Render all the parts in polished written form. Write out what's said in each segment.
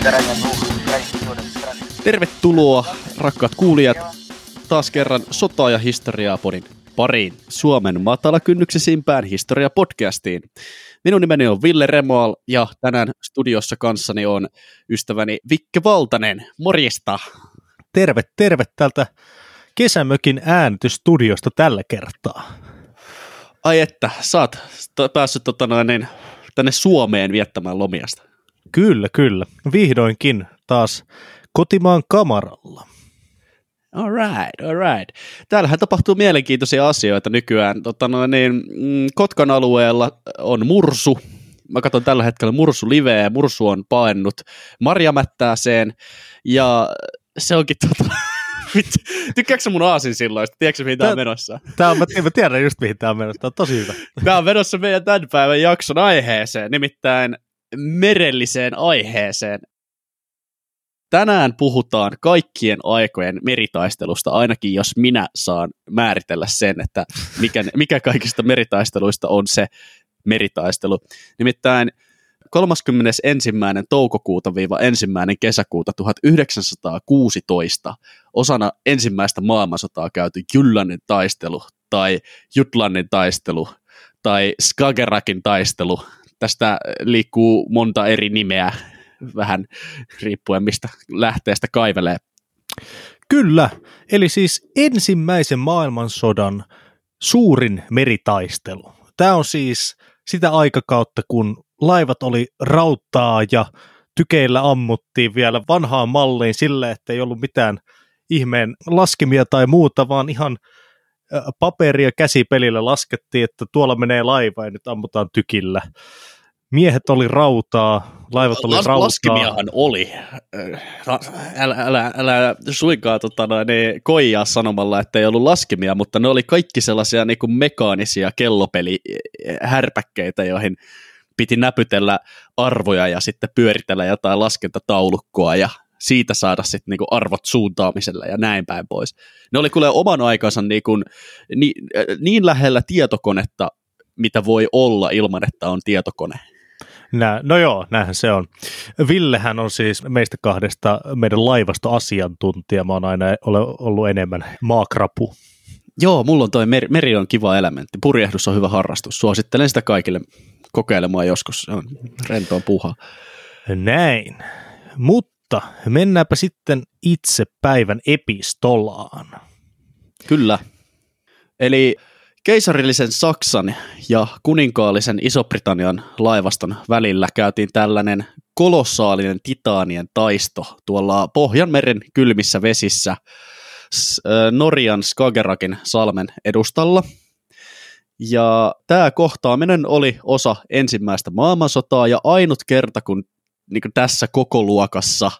Tervetuloa, rakkaat kuulijat, taas kerran sotaa ja historiaa podin pariin, Suomen matalakynnyksisimpään historiapodcastiin. Minun nimeni on Ville Remoal ja tänään studiossa kanssani on ystäväni Vikke Valtanen. Morjesta! Terve täältä kesämökin äänitysstudiosta tällä kertaa. Ai että, sä oot päässyt tänne Suomeen viettämään lomiasta. Kyllä. Vihdoinkin taas kotimaan kamaralla. All right. Täällähän tapahtuu mielenkiintoisia asioita nykyään. Kotkan alueella on mursu. Mä katson tällä hetkellä Mursu liveä ja Mursu on paennut Marjamättääseen. Ja se onkin tykkääksä mun aasinsilloista? Tiedätkö mihin tää on menossa? Mä tiedän just mihin tää on menossa. Tää on tosi hyvä. Tää on menossa meidän tämän päivän jakson aiheeseen, nimittäin merelliseen aiheeseen. Tänään puhutaan kaikkien aikojen meritaistelusta, ainakin jos minä saan määritellä sen, että mikä kaikista meritaisteluista on se meritaistelu. Nimittäin 31. toukokuuta - 1. kesäkuuta 1916 osana ensimmäistä maailmansotaa käyty Jyllannin taistelu tai Jutlannin taistelu tai Skagerakin taistelu. Tästä liikkuu monta eri nimeä, vähän riippuen mistä lähteestä kaivelee. Kyllä, eli siis ensimmäisen maailmansodan suurin meritaistelu. Tämä on siis sitä aikakautta, kun laivat oli rauttaa ja tykeillä ammuttiin vielä vanhaan malliin sille, että ei ollut mitään ihmeen laskemia tai muuta, vaan ihan paperia käsipelillä laskettiin, että tuolla menee laiva ja nyt ammutaan tykillä. Miehet oli rautaa, laivat oli rautaa. Laskemiahan oli. Älä suinkaan koijaa sanomalla, että ei ollut laskemia, mutta ne oli kaikki sellaisia niin kuin mekaanisia kellopelihärpäkkeitä, joihin piti näpytellä arvoja ja sitten pyöritellä jotain laskentataulukkoa ja siitä saada sitten niinku arvot suuntaamisella ja näin päin pois. Ne oli kyllä oman aikansa niin lähellä tietokonetta, mitä voi olla ilman, että on tietokone. No joo, näinhän se on. Villehän on siis meistä kahdesta meidän laivastoasiantuntija. Mä oon aina ollut enemmän maakrapu. Joo, mulla on toi meri on kiva elementti. Purjehdus on hyvä harrastus. Suosittelen sitä kaikille kokeilemaan joskus. Se on rentoa puhaa. Näin. Mutta mennäänpä sitten itse päivän epistolaan. Kyllä. Eli keisarillisen Saksan ja kuninkaallisen Iso-Britannian laivaston välillä käytiin tällainen kolossaalinen titaanien taisto tuolla Pohjanmeren kylmissä vesissä Norjan Skagerakin salmen edustalla. Ja tämä kohtaaminen oli osa ensimmäistä maailmansotaa ja ainut kerta, kun niin kuin tässä kokoluokassa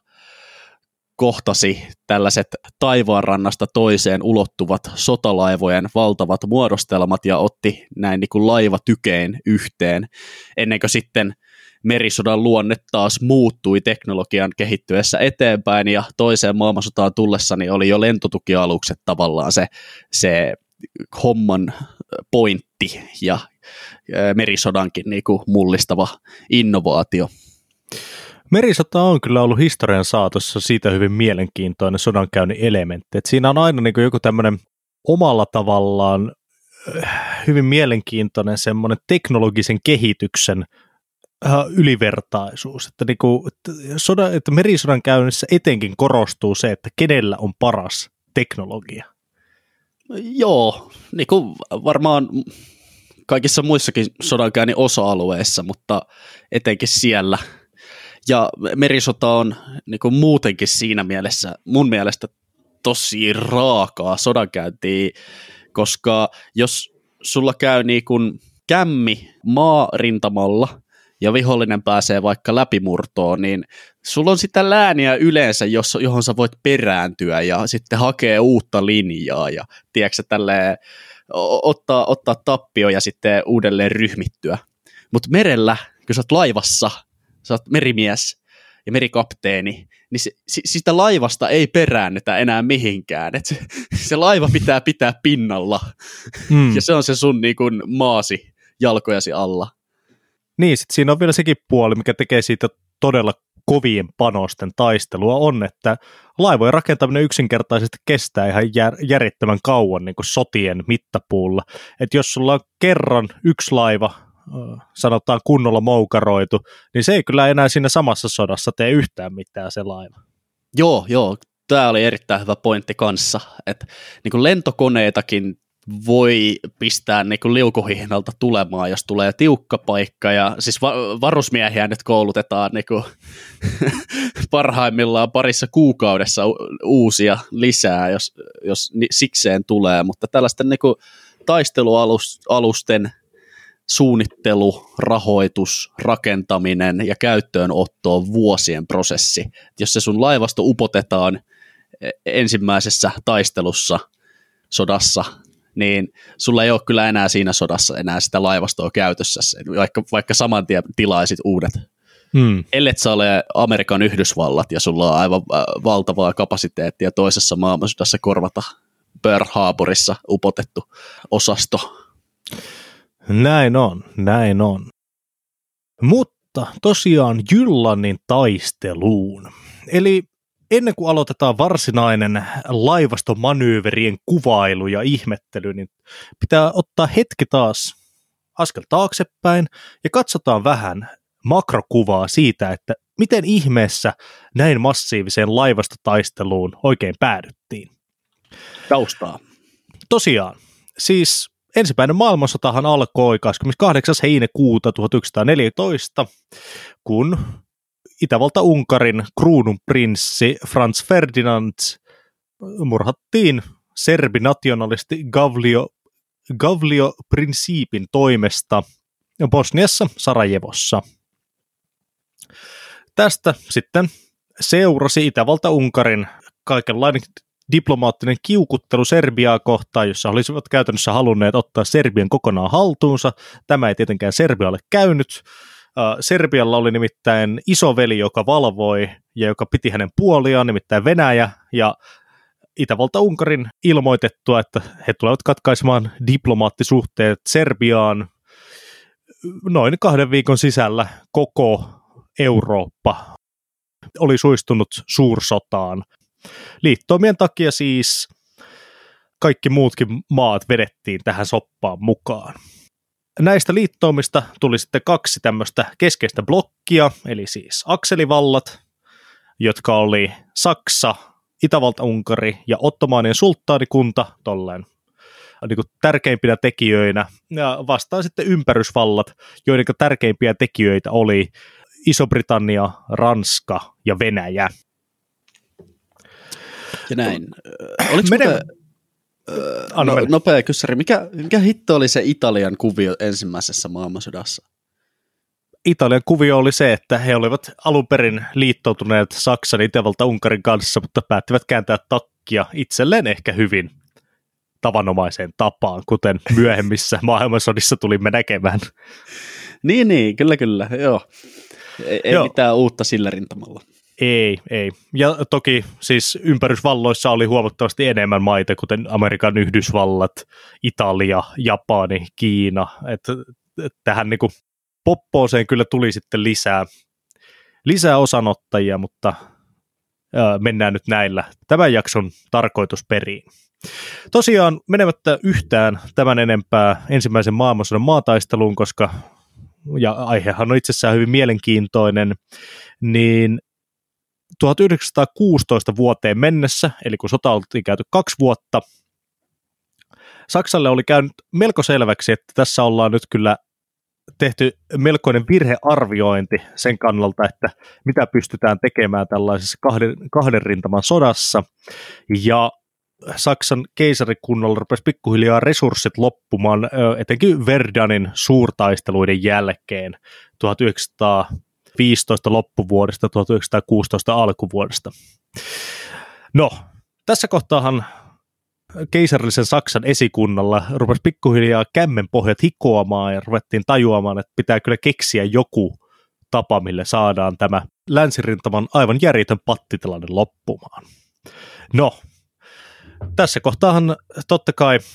kohtasi tällaiset taivaanrannasta toiseen ulottuvat sotalaivojen valtavat muodostelmat ja otti näin niin kuin laivatykein yhteen, ennen kuin sitten merisodan luonne taas muuttui teknologian kehittyessä eteenpäin ja toiseen maailmansotaan tullessa niin oli jo lentotukialukset tavallaan se homman pointti ja merisodankin niin kuin mullistava innovaatio. Merisota on kyllä ollut historian saatossa siitä hyvin mielenkiintoinen sodankäynnin elementti. Et siinä on aina niin kuin joku tämmöinen omalla tavallaan hyvin mielenkiintoinen semmoinen teknologisen kehityksen ylivertaisuus. Että, niin kuin, että merisodan käynnissä etenkin korostuu se, että kenellä on paras teknologia. Joo, niin kuin varmaan kaikissa muissakin sodankäynnin osa-alueissa, mutta etenkin siellä. Ja merisota on niin kuin muutenkin siinä mielessä mun mielestä tosi raakaa sodankäyntiä, koska jos sulla käy niin kuin kämmi maarintamalla ja vihollinen pääsee vaikka läpimurtoon, niin sulla on sitä lääniä yleensä, johon sä voit perääntyä ja sitten hakea uutta linjaa ja tiedätkö, tälleen, ottaa tappio ja sitten uudelleen ryhmittyä. Mutta merellä, kun sä oot laivassa, sä oot merimies ja merikapteeni, niin sitä laivasta ei peräännetä enää mihinkään. Et se laiva pitää pinnalla ja se on se sun niin kun, maasi jalkojasi alla. Niin, sit siinä on vielä sekin puoli, mikä tekee siitä todella kovien panosten taistelua on, että laivojen rakentaminen yksinkertaisesti kestää ihan järjettömän kauan niin kuin sotien mittapuulla. Että jos sulla on kerran yksi laiva, sanotaan kunnolla moukaroitu, niin se ei kyllä enää siinä samassa sodassa tee yhtään mitään se laiva. Joo, tämä oli erittäin hyvä pointti kanssa, että niin kuin lentokoneitakin voi pistää niin kuin liukuhihnalta tulemaan, jos tulee tiukka paikka, ja siis varusmiehiä nyt koulutetaan niin kuin parhaimmillaan parissa kuukaudessa uusia lisää, jos sikseen tulee, mutta tällaisten niin kuin taistelualusten suunnittelu, rahoitus, rakentaminen ja käyttöönotto on vuosien prosessi. Jos se sun laivasto upotetaan ensimmäisessä taistelussa, sodassa, niin sulla ei ole kyllä enää siinä sodassa enää sitä laivastoa käytössä, vaikka saman tien tilaisit uudet. Ellet sä ole Amerikan Yhdysvallat ja sulla on aivan valtavaa kapasiteettia toisessa maailmansodassa korvata Pearl Harborissa upotettu osasto. Näin on. Mutta tosiaan Jyllannin taisteluun. Eli ennen kuin aloitetaan varsinainen laivastomanyyverien kuvailu ja ihmettely, niin pitää ottaa hetki taas askel taaksepäin ja katsotaan vähän makrokuvaa siitä, että miten ihmeessä näin massiiviseen laivastotaisteluun oikein päädyttiin. Taustaa. Tosiaan, siis ensimmäinen maailmansotahan alkoi 28. heinäkuuta 1914, kun Itävalta-Unkarin kruununprinssi Franz Ferdinand murhattiin serbinationalisti Gavlio Principin toimesta Bosniassa Sarajevossa. Tästä sitten seurasi Itävalta-Unkarin kaikenlainen diplomaattinen kiukuttelu Serbiaa kohtaan, jossa olisivat käytännössä halunneet ottaa Serbian kokonaan haltuunsa. Tämä ei tietenkään Serbialle käynyt. Serbialla oli nimittäin isoveli, joka valvoi ja joka piti hänen puoliaan, nimittäin Venäjä, ja Itävalta-Unkarin ilmoitettua, että he tulevat katkaisemaan diplomaattisuhteet Serbiaan noin 2 viikon sisällä. Koko Eurooppa oli suistunut suursotaan. Liittoumien takia siis kaikki muutkin maat vedettiin tähän soppaan mukaan. Näistä liittoumista tuli sitten 2 tämmöistä keskeistä blokkia, eli siis akselivallat, jotka oli Saksa, Itävalta-Unkari ja Ottomaanien sulttaanikunta tolleen niin kuin tärkeimpinä tekijöinä, ja vastaan sitten ympärysvallat, joiden tärkeimpiä tekijöitä oli Iso-Britannia, Ranska ja Venäjä. Ja näin. Oliko nopea kyssäri, mikä hitto oli se Italian kuvio ensimmäisessä maailmansodassa? Italian kuvio oli se, että he olivat alun perin liittoutuneet Saksan ja Itävalta-Unkarin kanssa, mutta päättivät kääntää takkia itselleen ehkä hyvin tavanomaiseen tapaan, kuten myöhemmissä maailmansodissa tulimme näkemään. Niin, kyllä, joo. Ei mitään uutta sillä rintamalla. Ei. Ja toki siis ympärysvalloissa oli huomattavasti enemmän maita, kuten Amerikan Yhdysvallat, Italia, Japani, Kiina. Että tähän niin kuin poppooseen kyllä tuli sitten lisää osanottajia, mutta mennään nyt näillä tämän jakson tarkoitusperiin. Tosiaan menemättä yhtään tämän enempää ensimmäisen maailmansodan maataisteluun, koska ja aihehan on itsessään hyvin mielenkiintoinen, niin 1916 vuoteen mennessä, eli kun sota oltiin käyty 2 vuotta, Saksalle oli käynyt melko selväksi, että tässä ollaan nyt kyllä tehty melkoinen virhearviointi sen kannalta, että mitä pystytään tekemään tällaisessa kahden rintaman sodassa, ja Saksan keisarikunnalla rupesi pikkuhiljaa resurssit loppumaan, etenkin Verdanin suurtaisteluiden jälkeen 1915 loppuvuodesta, 1916 alkuvuodesta. No, tässä kohtaahan keisarillisen Saksan esikunnalla rupesi pikkuhiljaa kämmenpohjat hikoamaan ja ruvettiin tajuamaan, että pitää kyllä keksiä joku tapa, millä saadaan tämä länsirintaman aivan järjetön pattitilanne loppumaan. No, tässä kohtaahan totta kai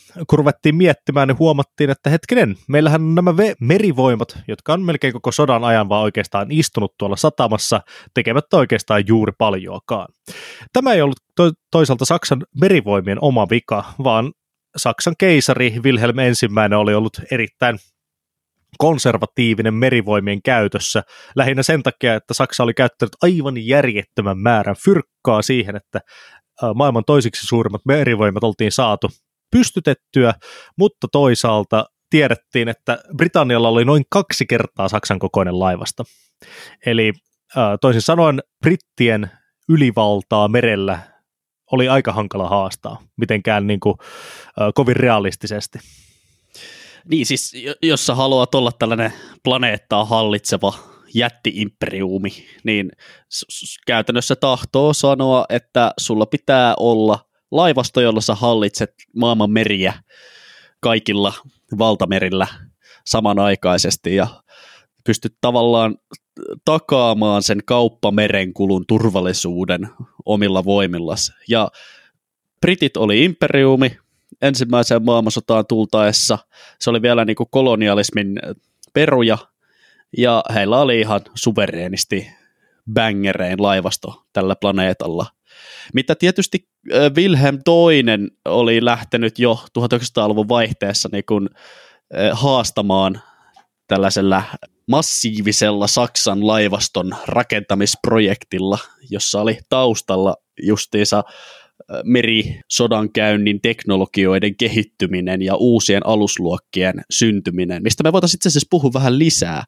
kun ruvettiin miettimään, niin huomattiin, että hetkinen, meillähän on nämä merivoimat, jotka on melkein koko sodan ajan vaan oikeastaan istunut tuolla satamassa, tekemättä oikeastaan juuri paljoakaan. Tämä ei ollut toisaalta Saksan merivoimien oma vika, vaan Saksan keisari Wilhelm I oli ollut erittäin konservatiivinen merivoimien käytössä, lähinnä sen takia, että Saksa oli käyttänyt aivan järjettömän määrän fyrkkaa siihen, että maailman toisiksi suurimmat merivoimat oltiin saatu pystytettyä, mutta toisaalta tiedettiin, että Britannialla oli noin 2 kertaa Saksan kokoinen laivasto. Eli toisin sanoen brittien ylivaltaa merellä oli aika hankala haastaa, mitenkään niin kuin, kovin realistisesti. Niin siis, jos sä haluat olla tällainen planeettaa hallitseva jätti-imperiumi, niin käytännössä tahtoo sanoa, että sulla pitää olla laivasto, jolla sä hallitset maailman meriä kaikilla valtamerillä samanaikaisesti ja pystyt tavallaan takaamaan sen kauppamerenkulun turvallisuuden omilla voimillasi. Ja britit oli imperiumi ensimmäiseen maailmansotaan tultaessa, se oli vielä niin kuin kolonialismin peruja, ja heillä oli ihan suvereenisti bängerein laivasto tällä planeetalla. Mitä tietysti Wilhelm II oli lähtenyt jo 1900-luvun vaihteessa niin kuin haastamaan tällaisella massiivisella Saksan laivaston rakentamisprojektilla, jossa oli taustalla justiinsa merisodankäynnin teknologioiden kehittyminen ja uusien alusluokkien syntyminen, mistä me voitaisiin itse asiassa puhua vähän lisää,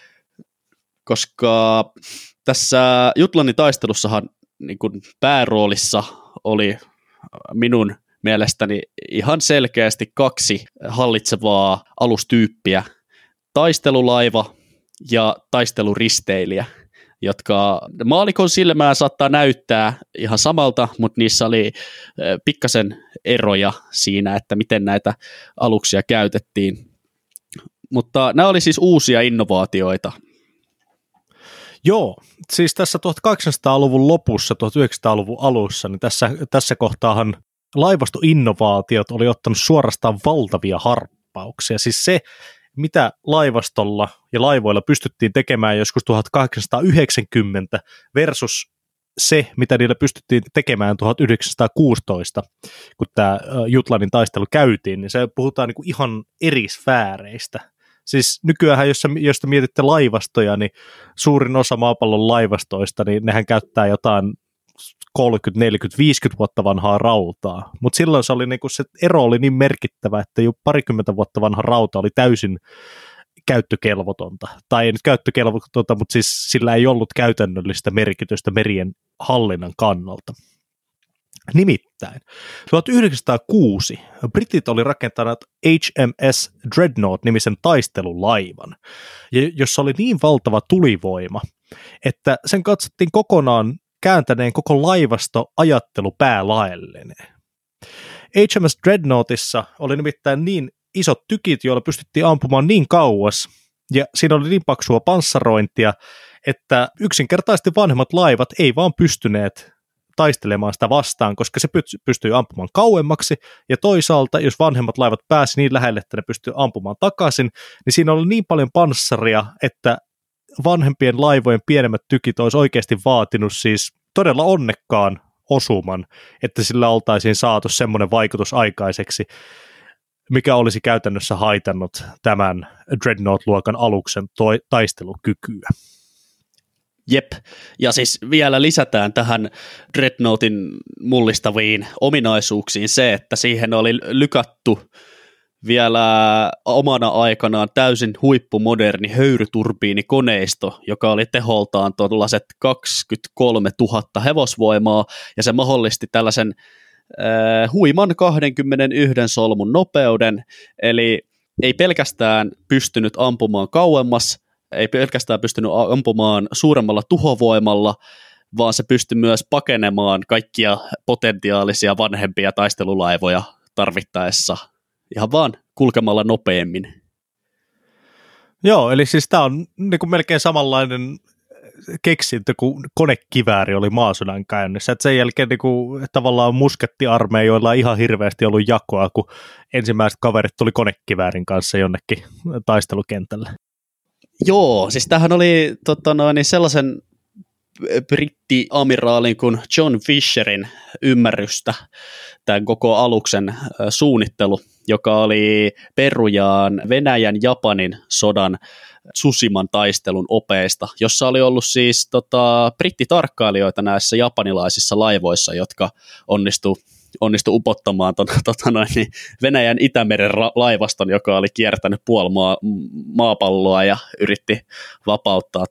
koska tässä Jutlannin taistelussahan niin kuin pääroolissa oli minun mielestäni ihan selkeästi 2 hallitsevaa alustyyppiä, taistelulaiva ja taisteluristeilijä, jotka maalikon silmään saattaa näyttää ihan samalta, mutta niissä oli pikkasen eroja siinä, että miten näitä aluksia käytettiin. Mutta nämä oli siis uusia innovaatioita. Joo, siis tässä 1800-luvun lopussa, 1900-luvun alussa, niin tässä kohtaahan laivastoinnovaatiot oli ottanut suorastaan valtavia harppauksia. Siis se, mitä laivastolla ja laivoilla pystyttiin tekemään joskus 1890 versus se, mitä niillä pystyttiin tekemään 1916, kun tämä Jutlannin taistelu käytiin, niin se puhutaan niin kuin ihan eri sfääreistä. Siis nykyään, jos te mietitte laivastoja, niin suurin osa maapallon laivastoista, niin nehän käyttää jotain 30, 40, 50 vuotta vanhaa rautaa. Mutta silloin se ero oli niin merkittävä, että jo 20 vuotta vanha rauta oli täysin käyttökelvotonta. Tai ei nyt käyttökelvotonta, mutta siis sillä ei ollut käytännöllistä merkitystä merien hallinnan kannalta. Nimittäin 1906 britit oli rakentanut HMS Dreadnought-nimisen taistelulaivan, jossa oli niin valtava tulivoima, että sen katsottiin kokonaan kääntäneen koko laivastoajattelu päälaelleen. HMS Dreadnoughtissa oli nimittäin niin isot tykit, joilla pystyttiin ampumaan niin kauas, ja siinä oli niin paksua panssarointia, että yksinkertaisesti vanhemmat laivat ei vaan pystyneet taistelemaan sitä vastaan, koska se pystyy ampumaan kauemmaksi, ja toisaalta, jos vanhemmat laivat pääsi niin lähelle, että ne pystyy ampumaan takaisin, niin siinä oli niin paljon panssaria, että vanhempien laivojen pienemmät tykit olisi oikeasti vaatinut siis todella onnekkaan osuman, että sillä oltaisiin saatu semmoinen vaikutus aikaiseksi, mikä olisi käytännössä haitannut tämän Dreadnought-luokan aluksen taistelukykyä. Jep, ja siis vielä lisätään tähän Dreadnoughtin mullistaviin ominaisuuksiin se, että siihen oli lykätty vielä omana aikanaan täysin huippumoderni höyryturbiinikoneisto, joka oli teholtaan tuollaiset 23 000 hevosvoimaa, ja se mahdollisti tällaisen huiman 21 solmun nopeuden, eli ei pelkästään pystynyt ampumaan kauemmas, ei pelkästään pystynyt ampumaan suuremmalla tuhovoimalla, vaan se pystyi myös pakenemaan kaikkia potentiaalisia vanhempia taistelulaivoja tarvittaessa ihan vaan kulkemalla nopeammin. Joo, eli siis tämä on niin kuin melkein samanlainen keksintö, kun konekivääri oli maasodan käynnissä. Et sen jälkeen niin kuin, tavallaan muskettiarmeijoilla ei ihan hirveästi ollut jakoa, kun ensimmäiset kaverit tuli konekiväärin kanssa jonnekin taistelukentälle. Joo, siis tämähän oli sellaisen brittiamiraalin kuin John Fisherin ymmärrystä tämän koko aluksen suunnittelu, joka oli perujaan Venäjän-Japanin sodan Tsushiman taistelun opeista, jossa oli ollut siis brittitarkkailijoita näissä japanilaisissa laivoissa, jotka onnistu upottamaan Venäjän Itämeren laivaston, joka oli kiertänyt maapalloa ja yritti vapauttaa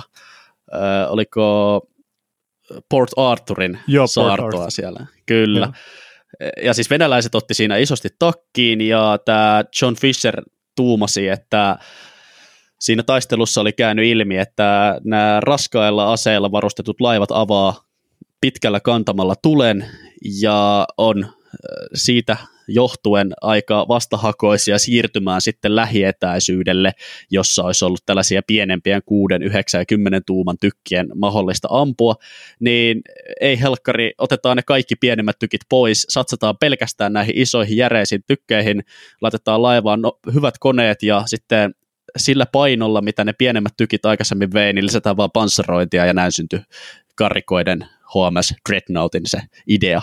oliko Port Arthurin saartoa siellä. Kyllä. Ja siis venäläiset otti siinä isosti takkiin, ja tämä John Fisher tuumasi, että siinä taistelussa oli käynyt ilmi, että nämä raskailla aseilla varustetut laivat avaa pitkällä kantamalla tulen, ja on siitä johtuen aika vastahakoisia siirtymään sitten lähietäisyydelle, jossa olisi ollut tällaisia pienempien 6, 9 ja 10 tuuman tykkien mahdollista ampua, niin ei helkkari, otetaan ne kaikki pienemmät tykit pois, satsataan pelkästään näihin isoihin järeisiin tykkeihin, laitetaan laivaan hyvät koneet ja sitten sillä painolla, mitä ne pienemmät tykit aikaisemmin vei, niin lisätään vaan panssarointia ja näin syntyi karrikoiden HMS Dreadnoughtin se idea.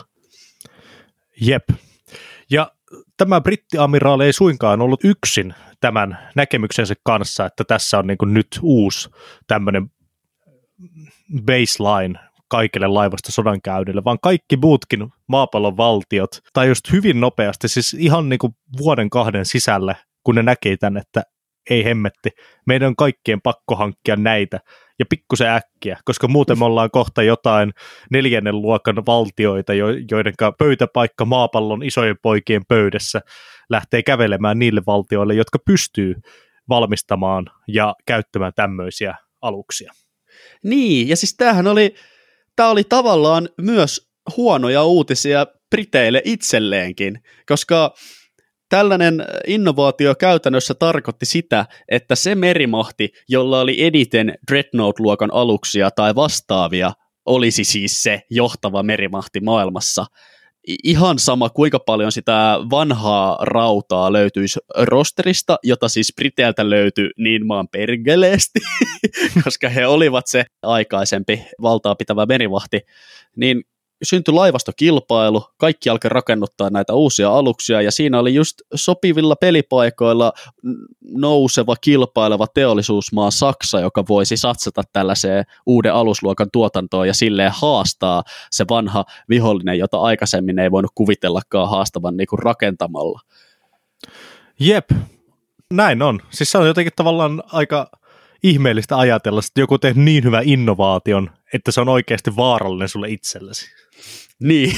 Jep. Ja tämä brittiamiraali ei suinkaan ollut yksin tämän näkemyksensä kanssa, että tässä on niin kuin nyt uusi tämmöinen baseline kaikille laivasta sodankäynnille, vaan kaikki muutkin maapallon valtiot, tai just hyvin nopeasti, siis ihan niin kuin vuoden 2 sisällä, kun ne näkee tämän, että ei hemmetti, meidän on kaikkien pakko hankkia näitä, ja pikkusen äkkiä, koska muuten me ollaan kohta jotain 4. luokan valtioita, joiden pöytäpaikka maapallon isojen poikien pöydässä lähtee kävelemään niille valtioille, jotka pystyy valmistamaan ja käyttämään tämmöisiä aluksia. Niin, ja siis tämä oli tavallaan myös huonoja uutisia Briteille itselleenkin, koska tällainen innovaatio käytännössä tarkoitti sitä, että se merimahti, jolla oli eniten Dreadnought-luokan aluksia tai vastaavia, olisi siis se johtava merimahti maailmassa. Ihan sama, kuinka paljon sitä vanhaa rautaa löytyisi rosterista, jota siis Briteiltä löytyi niin maan perkeleesti, koska he olivat se aikaisempi valtaa pitävä merimahti, niin syntyi laivastokilpailu, kaikki alkoi rakennuttaa näitä uusia aluksia, ja siinä oli just sopivilla pelipaikoilla nouseva, kilpaileva teollisuusmaa Saksa, joka voisi satsata tällaiseen uuden alusluokan tuotantoon ja silleen haastaa se vanha vihollinen, jota aikaisemmin ei voinut kuvitellakaan haastavan niin kuin rakentamalla. Jep, näin on. Siis se on jotenkin tavallaan aika ihmeellistä ajatella, että joku tehnyt niin hyvän innovaation, että se on oikeasti vaarallinen sulle itsellesi. Niin,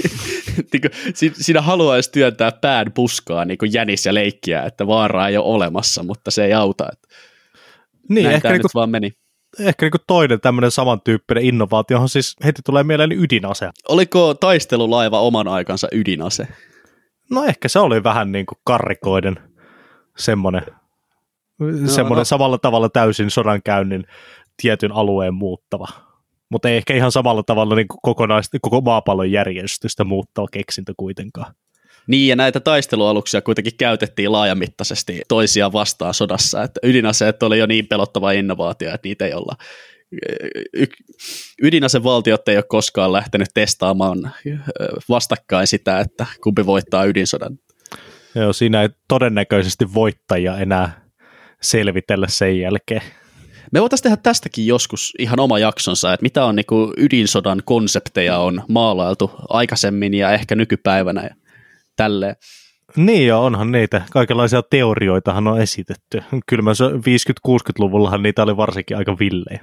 siinä haluaisi työntää pään puskaa niin kuin jänis ja leikkiä, että vaaraa ei ole olemassa, mutta se ei auta. Niin, näin tämä nyt vaan meni. Ehkä niin toinen tämmöinen samantyyppinen innovaatio, johon siis heti tulee mieleen ydinase. Oliko taistelulaiva oman aikansa ydinase? No ehkä se oli vähän niin kuin karrikoiden semmoinen samalla tavalla täysin sodankäynnin tietyn alueen muuttava. Mutta ei ehkä ihan samalla tavalla niin koko maapallon järjestystä muuttava keksintö kuitenkaan. Niin, ja näitä taistelualuksia kuitenkin käytettiin laajamittaisesti toisiaan vastaan sodassa, että ydinaseet oli jo niin pelottava innovaatio, että niitä ei olla. Ydinasevaltiot ei ole koskaan lähtenyt testaamaan vastakkain sitä, että kumpi voittaa ydinsodan. Joo, siinä ei todennäköisesti voittajia enää selvitellä sen jälkeen. Me voitaisiin tehdä tästäkin joskus ihan oma jaksonsa, että mitä on niin kuin ydinsodan konsepteja on maalailtu aikaisemmin ja ehkä nykypäivänä ja tälleen. Niin joo, onhan niitä. Kaikenlaisia teorioitahan on esitetty. Kyllä 50-60-luvullahan niitä oli varsinkin aika villejä.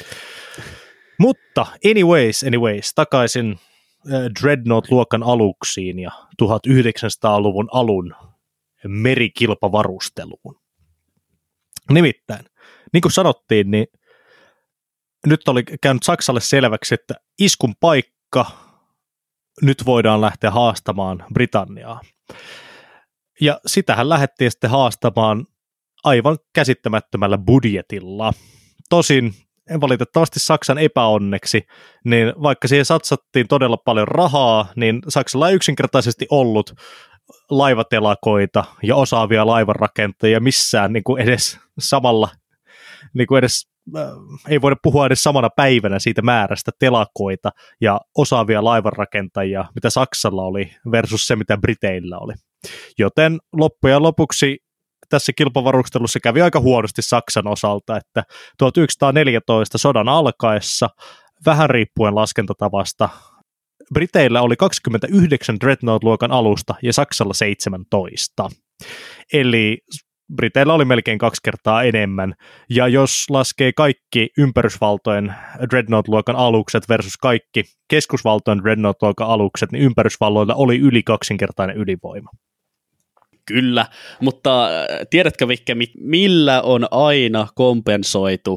Mutta anyways, takaisin Dreadnought-luokan aluksiin ja 1900-luvun alun merikilpavarusteluun. Nimittäin, niin kuin sanottiin, niin nyt oli käynyt Saksalle selväksi, että iskun paikka, nyt voidaan lähteä haastamaan Britanniaa. Ja sitähän lähdettiin sitten haastamaan aivan käsittämättömällä budjetilla. Tosin valitettavasti Saksan epäonneksi, niin vaikka siihen satsattiin todella paljon rahaa, niin Saksalla ei yksinkertaisesti ollut laivatelakoita ja osaavia laivanrakentajia missään niin kuin edes samalla, niin kuin edes, ei voida puhua edes samana päivänä siitä määrästä telakoita ja osaavia laivanrakentajia, mitä Saksalla oli versus se, mitä Briteillä oli. Joten loppujen lopuksi tässä kilpavarustelussa kävi aika huonosti Saksan osalta, että 1914 sodan alkaessa, vähän riippuen laskentatavasta, Briteillä oli 29 Dreadnought-luokan alusta ja Saksalla 17. Eli Briteillä oli melkein 2 kertaa enemmän, ja jos laskee kaikki ympärysvaltojen Dreadnought-luokan alukset versus kaikki keskusvaltojen Dreadnought-luokan alukset, niin ympärysvalloilla oli yli 2-kertainen ylivoima. Kyllä, mutta tiedätkö Vikke, millä on aina kompensoitu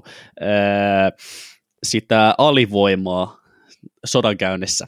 sitä alivoimaa sodankäynnissä?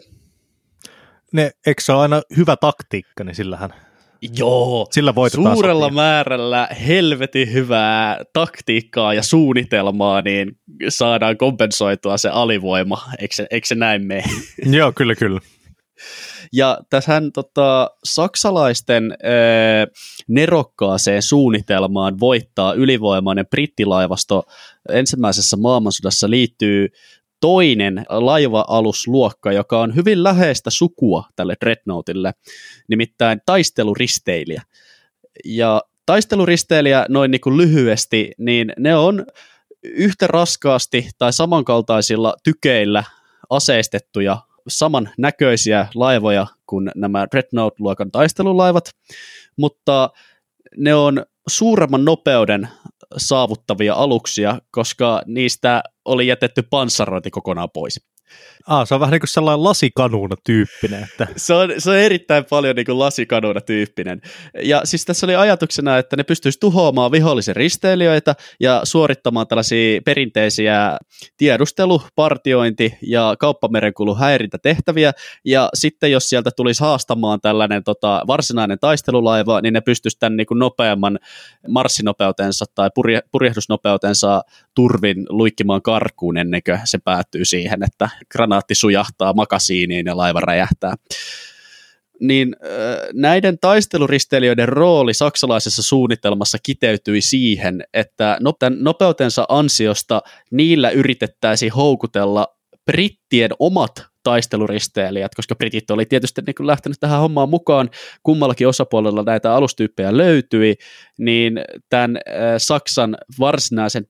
Eikö se ole aina hyvä taktiikka, niin sillähän Joo, sillä voitetaan suurella sotia. Määrällä helvetin hyvää taktiikkaa ja suunnitelmaa, niin saadaan kompensoitua se alivoima, eikö se näin mene? Joo, kyllä. Ja tässähän saksalaisten nerokkaaseen suunnitelmaan voittaa ylivoimainen brittilaivasto ensimmäisessä maailmansodassa liittyy toinen laiva-alusluokka, joka on hyvin läheistä sukua tälle Dreadnoughtille, nimittäin taisteluristeilijä. Ja taisteluristeilijä noin niin kuin lyhyesti, niin ne on yhtä raskaasti tai samankaltaisilla tykeillä aseistettuja samannäköisiä laivoja kuin nämä Dreadnought-luokan taistelulaivat, mutta ne on suuremman nopeuden saavuttavia aluksia, koska niistä oli jätetty panssarointi kokonaan pois. Se on vähän niin kuin sellainen lasikanuuna-tyyppinen. Että Se on erittäin paljon niin kuin lasikanuuna-tyyppinen. Ja siis tässä oli ajatuksena, että ne pystyisi tuhoamaan vihollisen risteilijöitä ja suorittamaan tällaisia perinteisiä tiedustelu-, partiointi- ja kauppamerenkulun häirintätehtäviä. Ja sitten jos sieltä tulisi haastamaan tällainen varsinainen taistelulaiva, niin ne pystyisi tämän niin kuin nopeamman marssinopeutensa tai purjehdusnopeutensa turvin luikkimaan karkuun ennen kuin se päättyy siihen, että granaatti sujahtaa makasiiniin ja laiva räjähtää. Niin näiden taisteluristeilijöiden rooli saksalaisessa suunnitelmassa kiteytyi siihen, että nopeutensa ansiosta niillä yritettäisiin houkutella brittien omat taisteluristeilijät, koska britit oli tietysti niin kuin lähtenyt tähän hommaan mukaan, kummallakin osapuolella näitä alustyyppejä löytyi, niin tämän Saksan varsinaisen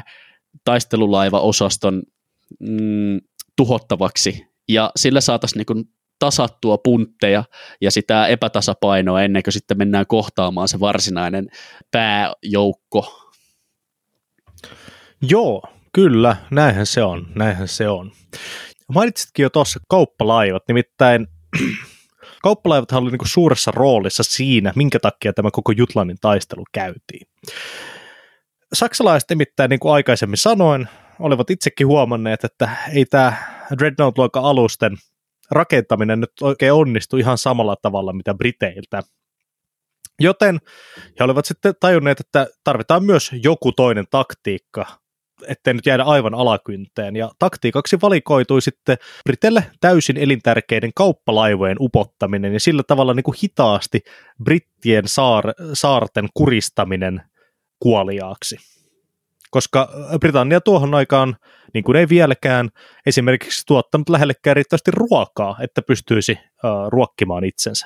päätaistelulaivaosaston tuhottavaksi, ja sillä saataisiin niin kuin tasattua puntteja ja sitä epätasapainoa ennen kuin sitten mennään kohtaamaan se varsinainen pääjoukko. Joo, kyllä, näinhän se on. Mainitsitkin jo tuossa kauppalaivat, nimittäin kauppalaivathan oli niin kuin suuressa roolissa siinä, minkä takia tämä koko Jutlannin taistelu käytiin. Saksalaiset nimittäin, niin kuin aikaisemmin sanoin, olivat itsekin huomanneet, että ei tämä Dreadnought-luokan alusten rakentaminen nyt oikein onnistu ihan samalla tavalla, mitä Briteiltä. Joten he olivat sitten tajunneet, että tarvitaan myös joku toinen taktiikka, ettei nyt jäädä aivan alakynteen. Ja taktiikaksi valikoitui sitten Briteille täysin elintärkeiden kauppalaivojen upottaminen ja sillä tavalla niin kuin hitaasti brittien saarten kuristaminen kuoliaaksi. Koska Britannia tuohon aikaan, niin kuin ei vieläkään, esimerkiksi tuottanut lähellekään riittävästi ruokaa, että pystyisi ruokkimaan itsensä.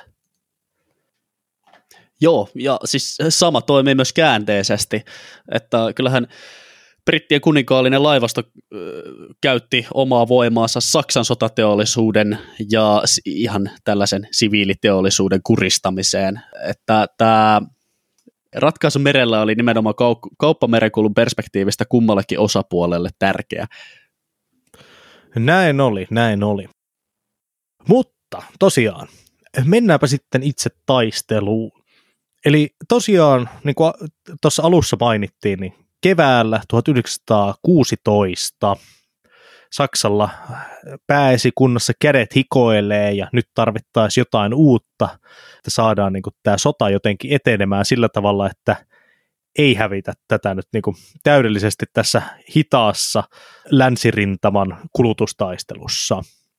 Joo, ja siis sama toimii myös käänteisesti, että kyllähän brittien kuninkaallinen laivasto käytti omaa voimaansa Saksan sotateollisuuden ja ihan tällaisen siviiliteollisuuden kuristamiseen, että tämä ratkaisu merellä oli nimenomaan kauppamerenkulun perspektiivistä kummallekin osapuolelle tärkeä. Näin oli. Mutta tosiaan, mennäänpä sitten itse taisteluun. Eli tosiaan, niin kuin tuossa alussa mainittiin, niin keväällä 1916 Saksalla pääesikunnassa kädet hikoilee ja nyt tarvittaisiin jotain uutta, että saadaan niin kuin tämä sota jotenkin etenemään sillä tavalla, että ei hävitä tätä nyt niin kuin täydellisesti tässä hitaassa länsirintaman kulutustaistelussa.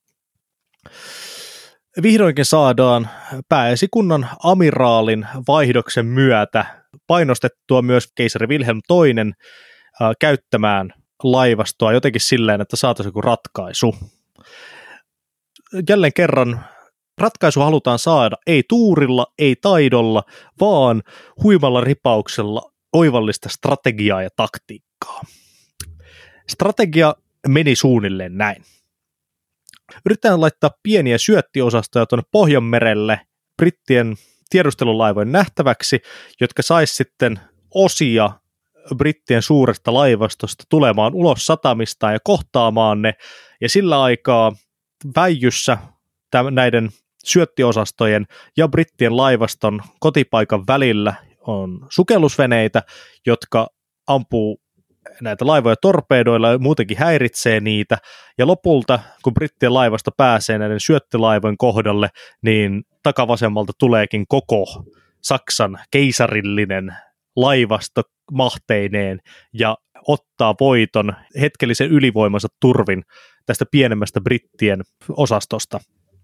Vihdoinkin saadaan pääesikunnan amiraalin vaihdoksen myötä painostettua myös keisari Wilhelm II käyttämään laivastoa jotenkin silleen, että saataisiin joku ratkaisu. Jälleen kerran ratkaisu halutaan saada ei tuurilla, ei taidolla, vaan huimalla ripauksella oivallista strategiaa ja taktiikkaa. Strategia meni suunnilleen näin. Yritetään laittaa pieniä syöttiosastoja tuonne Pohjanmerelle brittien tiedustelulaivojen nähtäväksi, jotka sais sitten osia brittien suuresta laivastosta tulemaan ulos satamista ja kohtaamaan ne, ja sillä aikaa väijyssä näiden syöttiosastojen ja brittien laivaston kotipaikan välillä on sukellusveneitä, jotka ampuu näitä laivoja torpeedoilla ja muutenkin häiritsee niitä, ja lopulta, kun brittien laivasto pääsee näiden syöttilaivojen kohdalle, niin takavasemmalta tuleekin koko Saksan keisarillinen laivasto mahteineen ja ottaa voiton hetkellisen ylivoimansa turvin tästä pienemmästä brittien osastosta.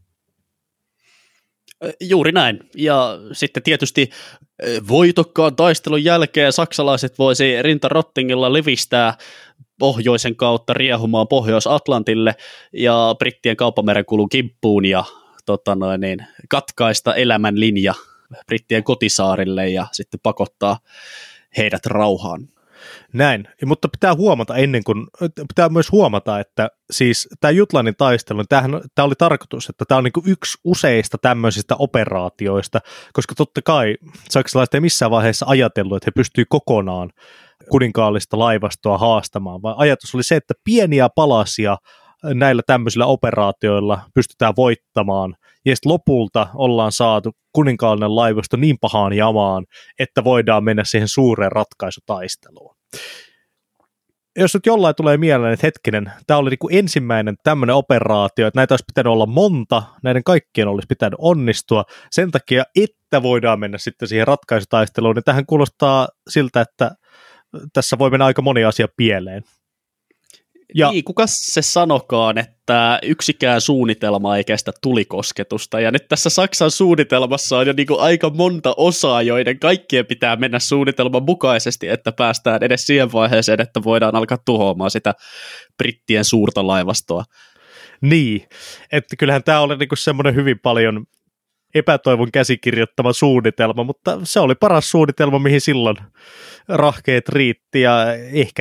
Juuri näin. Ja sitten tietysti voitokkaan taistelun jälkeen saksalaiset voisi rintarottingilla livistää pohjoisen kautta riehumaan Pohjois-Atlantille ja brittien kauppamerenkulun kimppuun ja katkaista elämän linja brittien kotisaarille ja sitten pakottaa heidät rauhaan. Näin, mutta pitää myös huomata, että siis tämä Jutlannin taistelu, tämä oli tarkoitus, että tämä on niin kuin yksi useista tämmöisistä operaatioista, koska totta kai saksalaiset ei missään vaiheessa ajatellut, että he pystyvät kokonaan kuninkaallista laivastoa haastamaan, vaan ajatus oli se, että pieniä palasia näillä tämmöisillä operaatioilla pystytään voittamaan, ja sitten lopulta ollaan saatu kuninkaallinen laivasto niin pahaan jamaan, että voidaan mennä siihen suureen ratkaisutaisteluun. Jos nyt jollain tulee mieleen, että hetkinen, tämä oli niinku ensimmäinen tämmöinen operaatio, että näitä olisi pitänyt olla monta, näiden kaikkien olisi pitänyt onnistua, sen takia, että voidaan mennä sitten siihen ratkaisutaisteluun, niin tähän kuulostaa siltä, että tässä voi mennä aika moni asia pieleen. Ja niin, kuka se sanokaan, että yksikään suunnitelma ei kestä tulikosketusta, ja nyt tässä Saksan suunnitelmassa on jo niin kuin aika monta osaa, joiden kaikkien pitää mennä suunnitelman mukaisesti, että päästään edes siihen vaiheeseen, että voidaan alkaa tuhoamaan sitä brittien suurta laivastoa. Niin, että kyllähän tämä oli niin kuin semmoinen hyvin paljon epätoivon käsikirjoittama suunnitelma, mutta se oli paras suunnitelma, mihin silloin rahkeet riitti, ja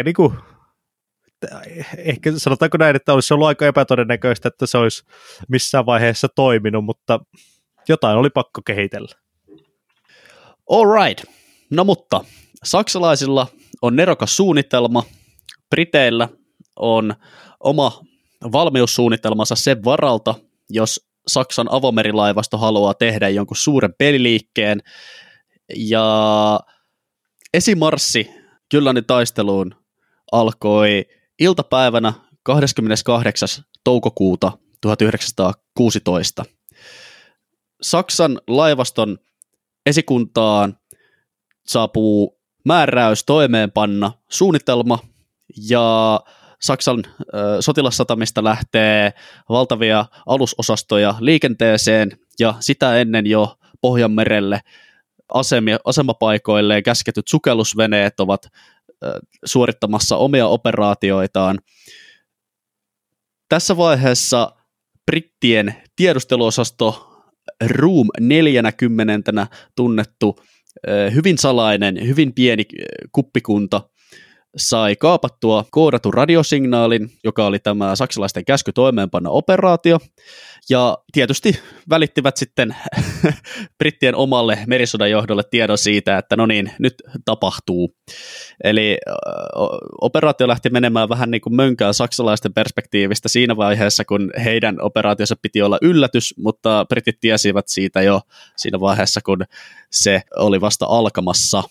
ehkä sanotaanko näin, että olisi ollut aika epätodennäköistä, että se olisi missään vaiheessa toiminut, mutta jotain oli pakko kehitellä. All right. No mutta saksalaisilla on nerokas suunnitelma, Briteillä on oma valmiussuunnitelmansa sen varalta, jos Saksan avomerilaivasto haluaa tehdä jonkun suuren peliliikkeen, ja esimarssi Jyllannin taisteluun alkoi iltapäivänä 28. toukokuuta 1916. Saksan laivaston esikuntaan saapuu määräys toimeenpanna suunnitelma, ja Saksan sotilassatamista lähtee valtavia alusosastoja liikenteeseen, ja sitä ennen jo Pohjanmerelle asemapaikoilleen käsketyt sukellusveneet ovat suorittamassa omia operaatioitaan. Tässä vaiheessa brittien tiedusteluosasto Room 40 tunnettu hyvin salainen, hyvin pieni kuppikunta sai kaapattua koodatun radiosignaalin, joka oli tämä saksalaisten käsky toimeenpanna operaatio, ja tietysti välittivät sitten brittien omalle merisodan johdolle tiedon siitä, että no niin, nyt tapahtuu. Eli operaatio lähti menemään vähän niin kuin mönkään saksalaisten perspektiivistä siinä vaiheessa, kun heidän operaationsa piti olla yllätys, mutta britit tiesivät siitä jo siinä vaiheessa, kun se oli vasta alkamassa.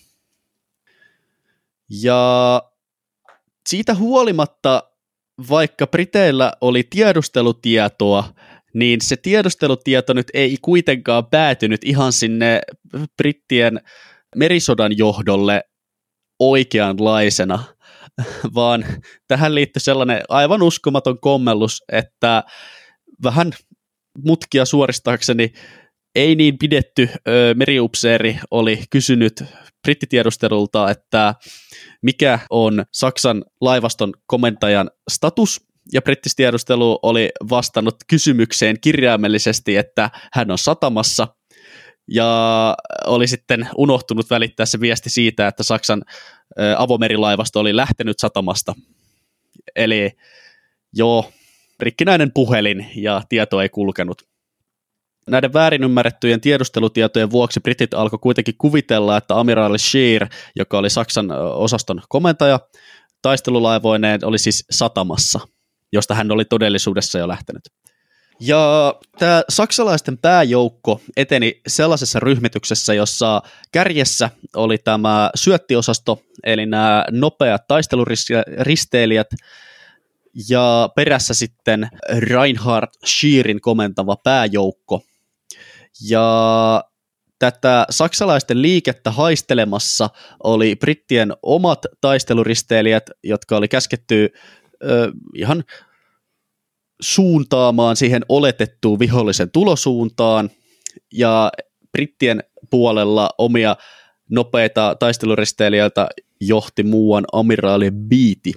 Ja siitä huolimatta, vaikka Briteillä oli tiedustelutietoa, niin se tiedustelutieto nyt ei kuitenkaan päätynyt ihan sinne brittien merisodan johdolle oikeanlaisena, vaan tähän liittyy sellainen aivan uskomaton kommellus, että vähän mutkia suoristaakseni ei niin pidetty meriupseeri oli kysynyt brittitiedustelulta, että mikä on Saksan laivaston komentajan status, ja brittistiedustelu oli vastannut kysymykseen kirjaimellisesti, että hän on satamassa, ja oli sitten unohtunut välittää se viesti siitä, että Saksan avomerilaivasto oli lähtenyt satamasta. Eli joo, rikkinäinen puhelin ja tieto ei kulkenut. Näiden väärin ymmärrettyjen tiedustelutietojen vuoksi britit alkoi kuitenkin kuvitella, että amiraali Scheer, joka oli Saksan osaston komentaja, taistelulaivoineen oli siis satamassa, josta hän oli todellisuudessa jo lähtenyt. Ja tämä saksalaisten pääjoukko eteni sellaisessa ryhmityksessä, jossa kärjessä oli tämä syöttiosasto, eli nämä nopeat taisteluristeilijät, ja perässä sitten Reinhard Scheerin komentava pääjoukko. Ja tätä saksalaisten liikettä haistelemassa oli brittien omat taisteluristeilijät, jotka oli käsketty ihan suuntaamaan siihen oletettuun vihollisen tulosuuntaan, ja brittien puolella omia nopeita taisteluristeilijöitä johti muuan amiraali Beatty.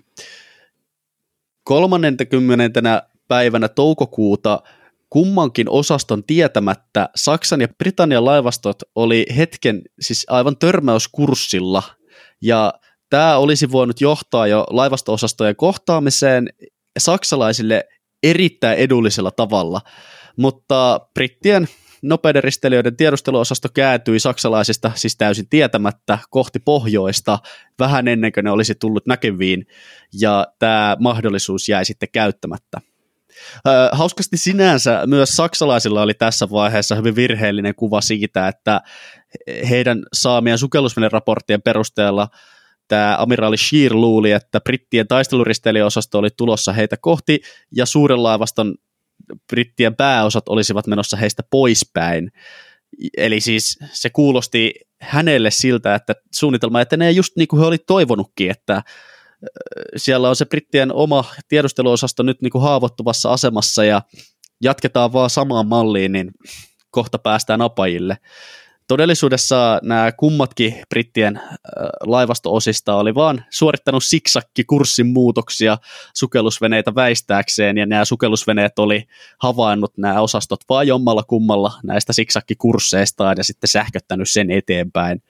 30. päivänä toukokuuta kummankin osaston tietämättä Saksan ja Britannian laivastot oli hetken siis aivan törmäyskurssilla, ja tämä olisi voinut johtaa jo laivasto-osastojen kohtaamiseen saksalaisille erittäin edullisella tavalla, mutta brittien nopeiden risteilijöiden tiedusteluosasto kääntyi saksalaisista siis täysin tietämättä kohti pohjoista vähän ennen kuin ne olisi tullut näkyviin, ja tämä mahdollisuus jäi sitten käyttämättä. Hauskasti sinänsä myös saksalaisilla oli tässä vaiheessa hyvin virheellinen kuva siitä, että heidän saamien sukellusveneraporttien perusteella tämä amiraali Scheer luuli, että brittien taisteluristeilijöosasto oli tulossa heitä kohti, ja suuren laivaston brittien pääosat olisivat menossa heistä poispäin. Eli siis se kuulosti hänelle siltä, että suunnitelma etenee just niin kuin he oli toivonutkin, että siellä on se brittien oma tiedusteluosasto nyt niin kuin haavoittuvassa asemassa ja jatketaan vaan samaan malliin, niin kohta päästään apajille. Todellisuudessa nämä kummatkin brittien laivasto-osista oli vaan suorittanut siksakki-kurssin muutoksia sukellusveneitä väistääkseen, ja nämä sukellusveneet oli havainnut nämä osastot vaan jommalla kummalla näistä siksakki-kursseistaan ja sitten sähköttänyt sen eteenpäin.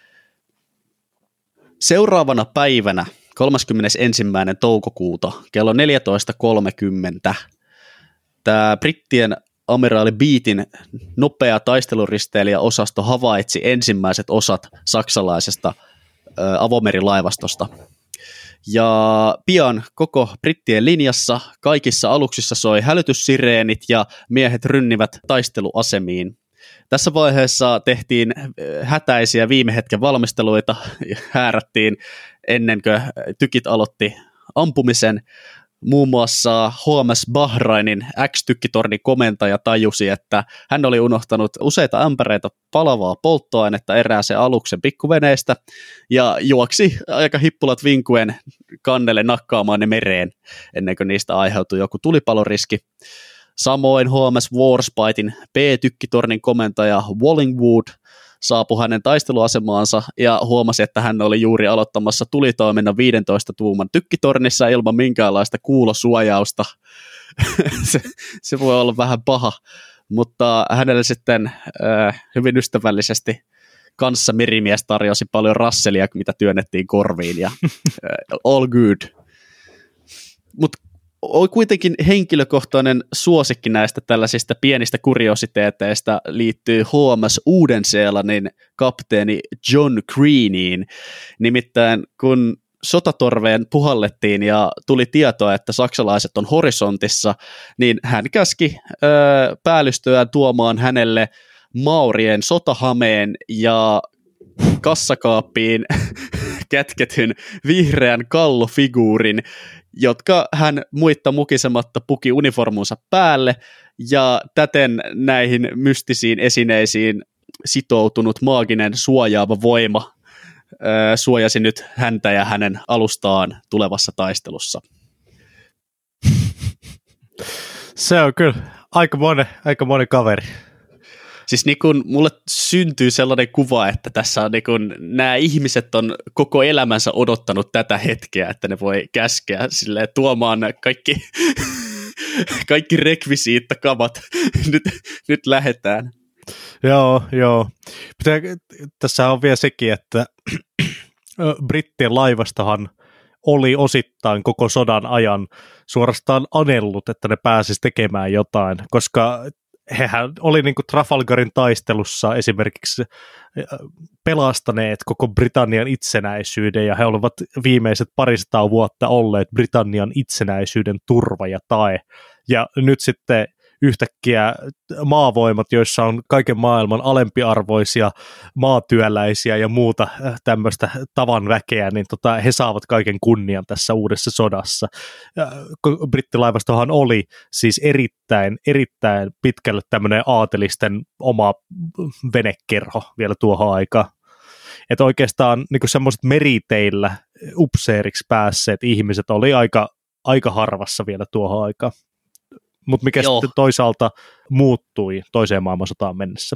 Seuraavana päivänä, 31. toukokuuta, kello 14.30, tämä brittien amiraali Beattyn nopea taisteluristeilijäosasto havaitsi ensimmäiset osat saksalaisesta avomerilaivastosta. Ja pian koko brittien linjassa kaikissa aluksissa soi hälytyssireenit ja miehet rynnivät taisteluasemiin. Tässä vaiheessa tehtiin hätäisiä viime hetken valmisteluita, häärättiin ennen kuin tykit aloitti ampumisen. Muun muassa HMS Bahrainin X-tykkitornin komentaja tajusi, että hän oli unohtanut useita ämpäreitä palavaa polttoainetta erääseen aluksen pikkuveneestä ja juoksi aika hippulat vinkuen kannelle nakkaamaan ne mereen ennen kuin niistä aiheutui joku tulipaloriski. Samoin HMS Warspightin B-tykkitornin komentaja Wallingwood saapui hänen taisteluasemaansa ja huomasi, että hän oli juuri aloittamassa tulitoiminnan 15 tuuman tykkitornissa ilman minkäänlaista kuulosuojausta. se voi olla vähän paha, mutta hänelle sitten hyvin ystävällisesti kanssa merimies tarjosi paljon rasselia, mitä työnnettiin korviin, ja all good. Mutta on kuitenkin henkilökohtainen suosikki näistä tällaisista pienistä kuriositeeteista liittyy HMS Uuden-Seelannin kapteeni John Greeniin. Nimittäin kun sotatorveen puhallettiin ja tuli tietoa, että saksalaiset on horisontissa, niin hän käski päällystöään tuomaan hänelle maurien sotahameen ja kassakaappiin kätketyn vihreän kallofiguurin, jotka hän muitta mukisematta puki uniformunsa päälle, ja täten näihin mystisiin esineisiin sitoutunut maaginen suojaava voima suojasi nyt häntä ja hänen alustaan tulevassa taistelussa. Se on kyllä aikamoinen kaveri. Siis niin kun mulle syntyy sellainen kuva, että tässä on niin kun, nämä ihmiset on koko elämänsä odottanut tätä hetkeä, että ne voi käskeä silleen, tuomaan kaikki rekvisiittakamat. Nyt lähdetään. Joo. Tässä on vielä sekin, että brittien laivastahan oli osittain koko sodan ajan suorastaan anellut, että ne pääsisi tekemään jotain, koska hehän oli niin kuin Trafalgarin taistelussa esimerkiksi pelastaneet koko Britannian itsenäisyyden, ja he olivat viimeiset 200 vuotta olleet Britannian itsenäisyyden turva ja tae. Ja nyt sitten yhtäkkiä maavoimat, joissa on kaiken maailman alempiarvoisia maatyöläisiä ja muuta tämmöistä tavan väkeä, niin he saavat kaiken kunnian tässä uudessa sodassa. Brittilaivastohan oli siis erittäin pitkälle tämmöinen aatelisten oma venekerho vielä tuohon aikaan. Että oikeastaan niin semmoiset meriteillä upseeriksi päässeet ihmiset oli aika harvassa vielä tuohon aikaan. Mutta mikä sitten toisaalta muuttui toiseen maailmansotaan mennessä?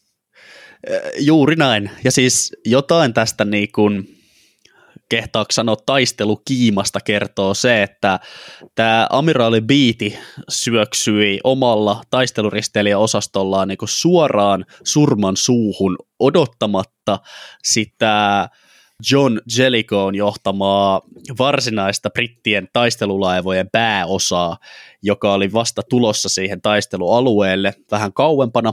Juuri näin. Ja siis jotain tästä niin kuin kehtaako sanoa taistelukiimasta kertoo se, että tämä amiraali Beatty syöksyi omalla taisteluristeilijäosastollaan niin kuin suoraan surman suuhun odottamatta sitä John Jellicoen johtamaa varsinaista brittien taistelulaivojen pääosaa, joka oli vasta tulossa siihen taistelualueelle vähän kauempana.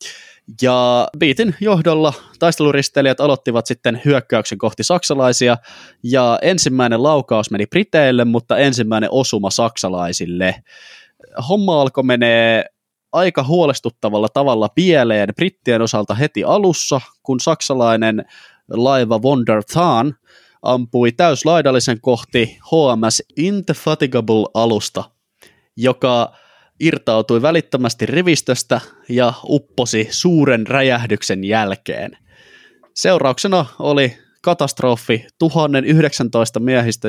Ja Beattyn johdolla taisteluristeilijät aloittivat sitten hyökkäyksen kohti saksalaisia, ja ensimmäinen laukaus meni briteille, mutta ensimmäinen osuma saksalaisille. Homma alkoi menee aika huolestuttavalla tavalla pieleen brittien osalta heti alussa, kun saksalainen laiva Wonder Than ampui täyslaidallisen kohti HMS Indefatigable-alusta, joka irtautui välittömästi rivistöstä ja upposi suuren räjähdyksen jälkeen. Seurauksena oli katastrofi, 1019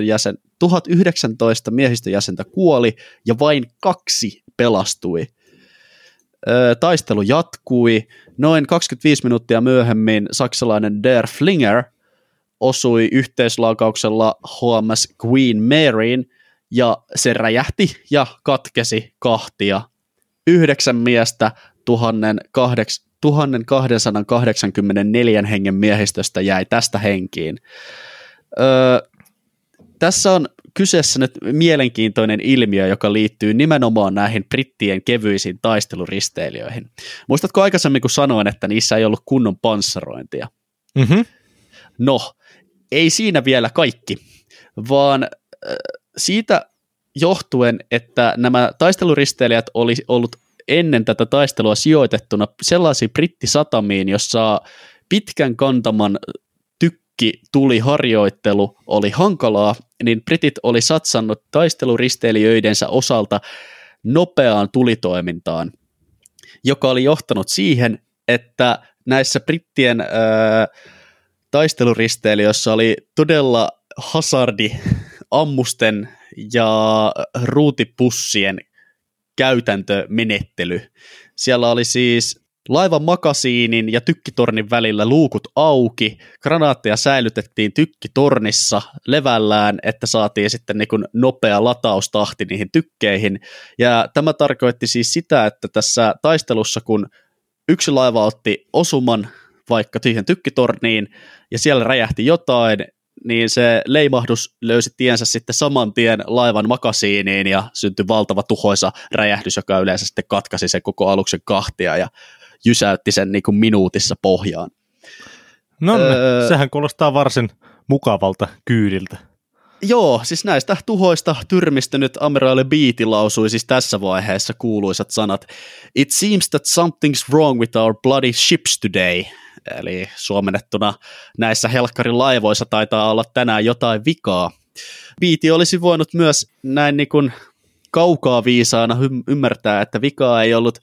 miehistöjäsentä kuoli ja vain 2 pelastui. Taistelu jatkui. Noin 25 minuuttia myöhemmin saksalainen Der Flinger osui yhteislaukauksella HMS Queen Maryin, ja se räjähti ja katkesi kahtia. 9 miestä 1284 hengen miehistöstä jäi tästä henkiin. Tässä on kyseessä nyt mielenkiintoinen ilmiö, joka liittyy nimenomaan näihin brittien kevyisiin taisteluristeilijöihin. Muistatko aikaisemmin, kun sanoin, että niissä ei ollut kunnon panssarointia? Mm-hmm. No, ei siinä vielä kaikki, vaan siitä johtuen, että nämä taisteluristeilijät oli ollut ennen tätä taistelua sijoitettuna sellaisiin brittisatamiin, jossa pitkän kantaman tuliharjoittelu oli hankalaa, niin britit oli satsannut taisteluristeilijöidensä osalta nopeaan tulitoimintaan, joka oli johtanut siihen, että näissä brittien taisteluristeilijöissä oli todella hazardi ammusten ja ruutipussien käytäntömenettely. Siellä oli siis laivan makasiinin ja tykkitornin välillä luukut auki, granaatteja säilytettiin tykkitornissa levällään, että saatiin sitten niin kuin nopea lataustahti niihin tykkeihin. Ja tämä tarkoitti siis sitä, että tässä taistelussa, kun yksi laiva otti osuman vaikka siihen tykkitorniin ja siellä räjähti jotain, niin se leimahdus löysi tiensä sitten saman tien laivan makasiiniin ja syntyi valtava tuhoisa räjähdys, joka yleensä sitten katkaisi sen koko aluksen kahtia ja jysäytti sen niin kuin minuutissa pohjaan. No, sehän kuulostaa varsin mukavalta kyydiltä. Joo, siis näistä tuhoista tyrmistynyt amiraali Beatty lausui siis tässä vaiheessa kuuluisat sanat: "It seems that something's wrong with our bloody ships today." Eli suomennettuna näissä helkkarin laivoissa taitaa olla tänään jotain vikaa. Beatty olisi voinut myös näin niin kuin kaukaa viisaana ymmärtää, että vikaa ei ollut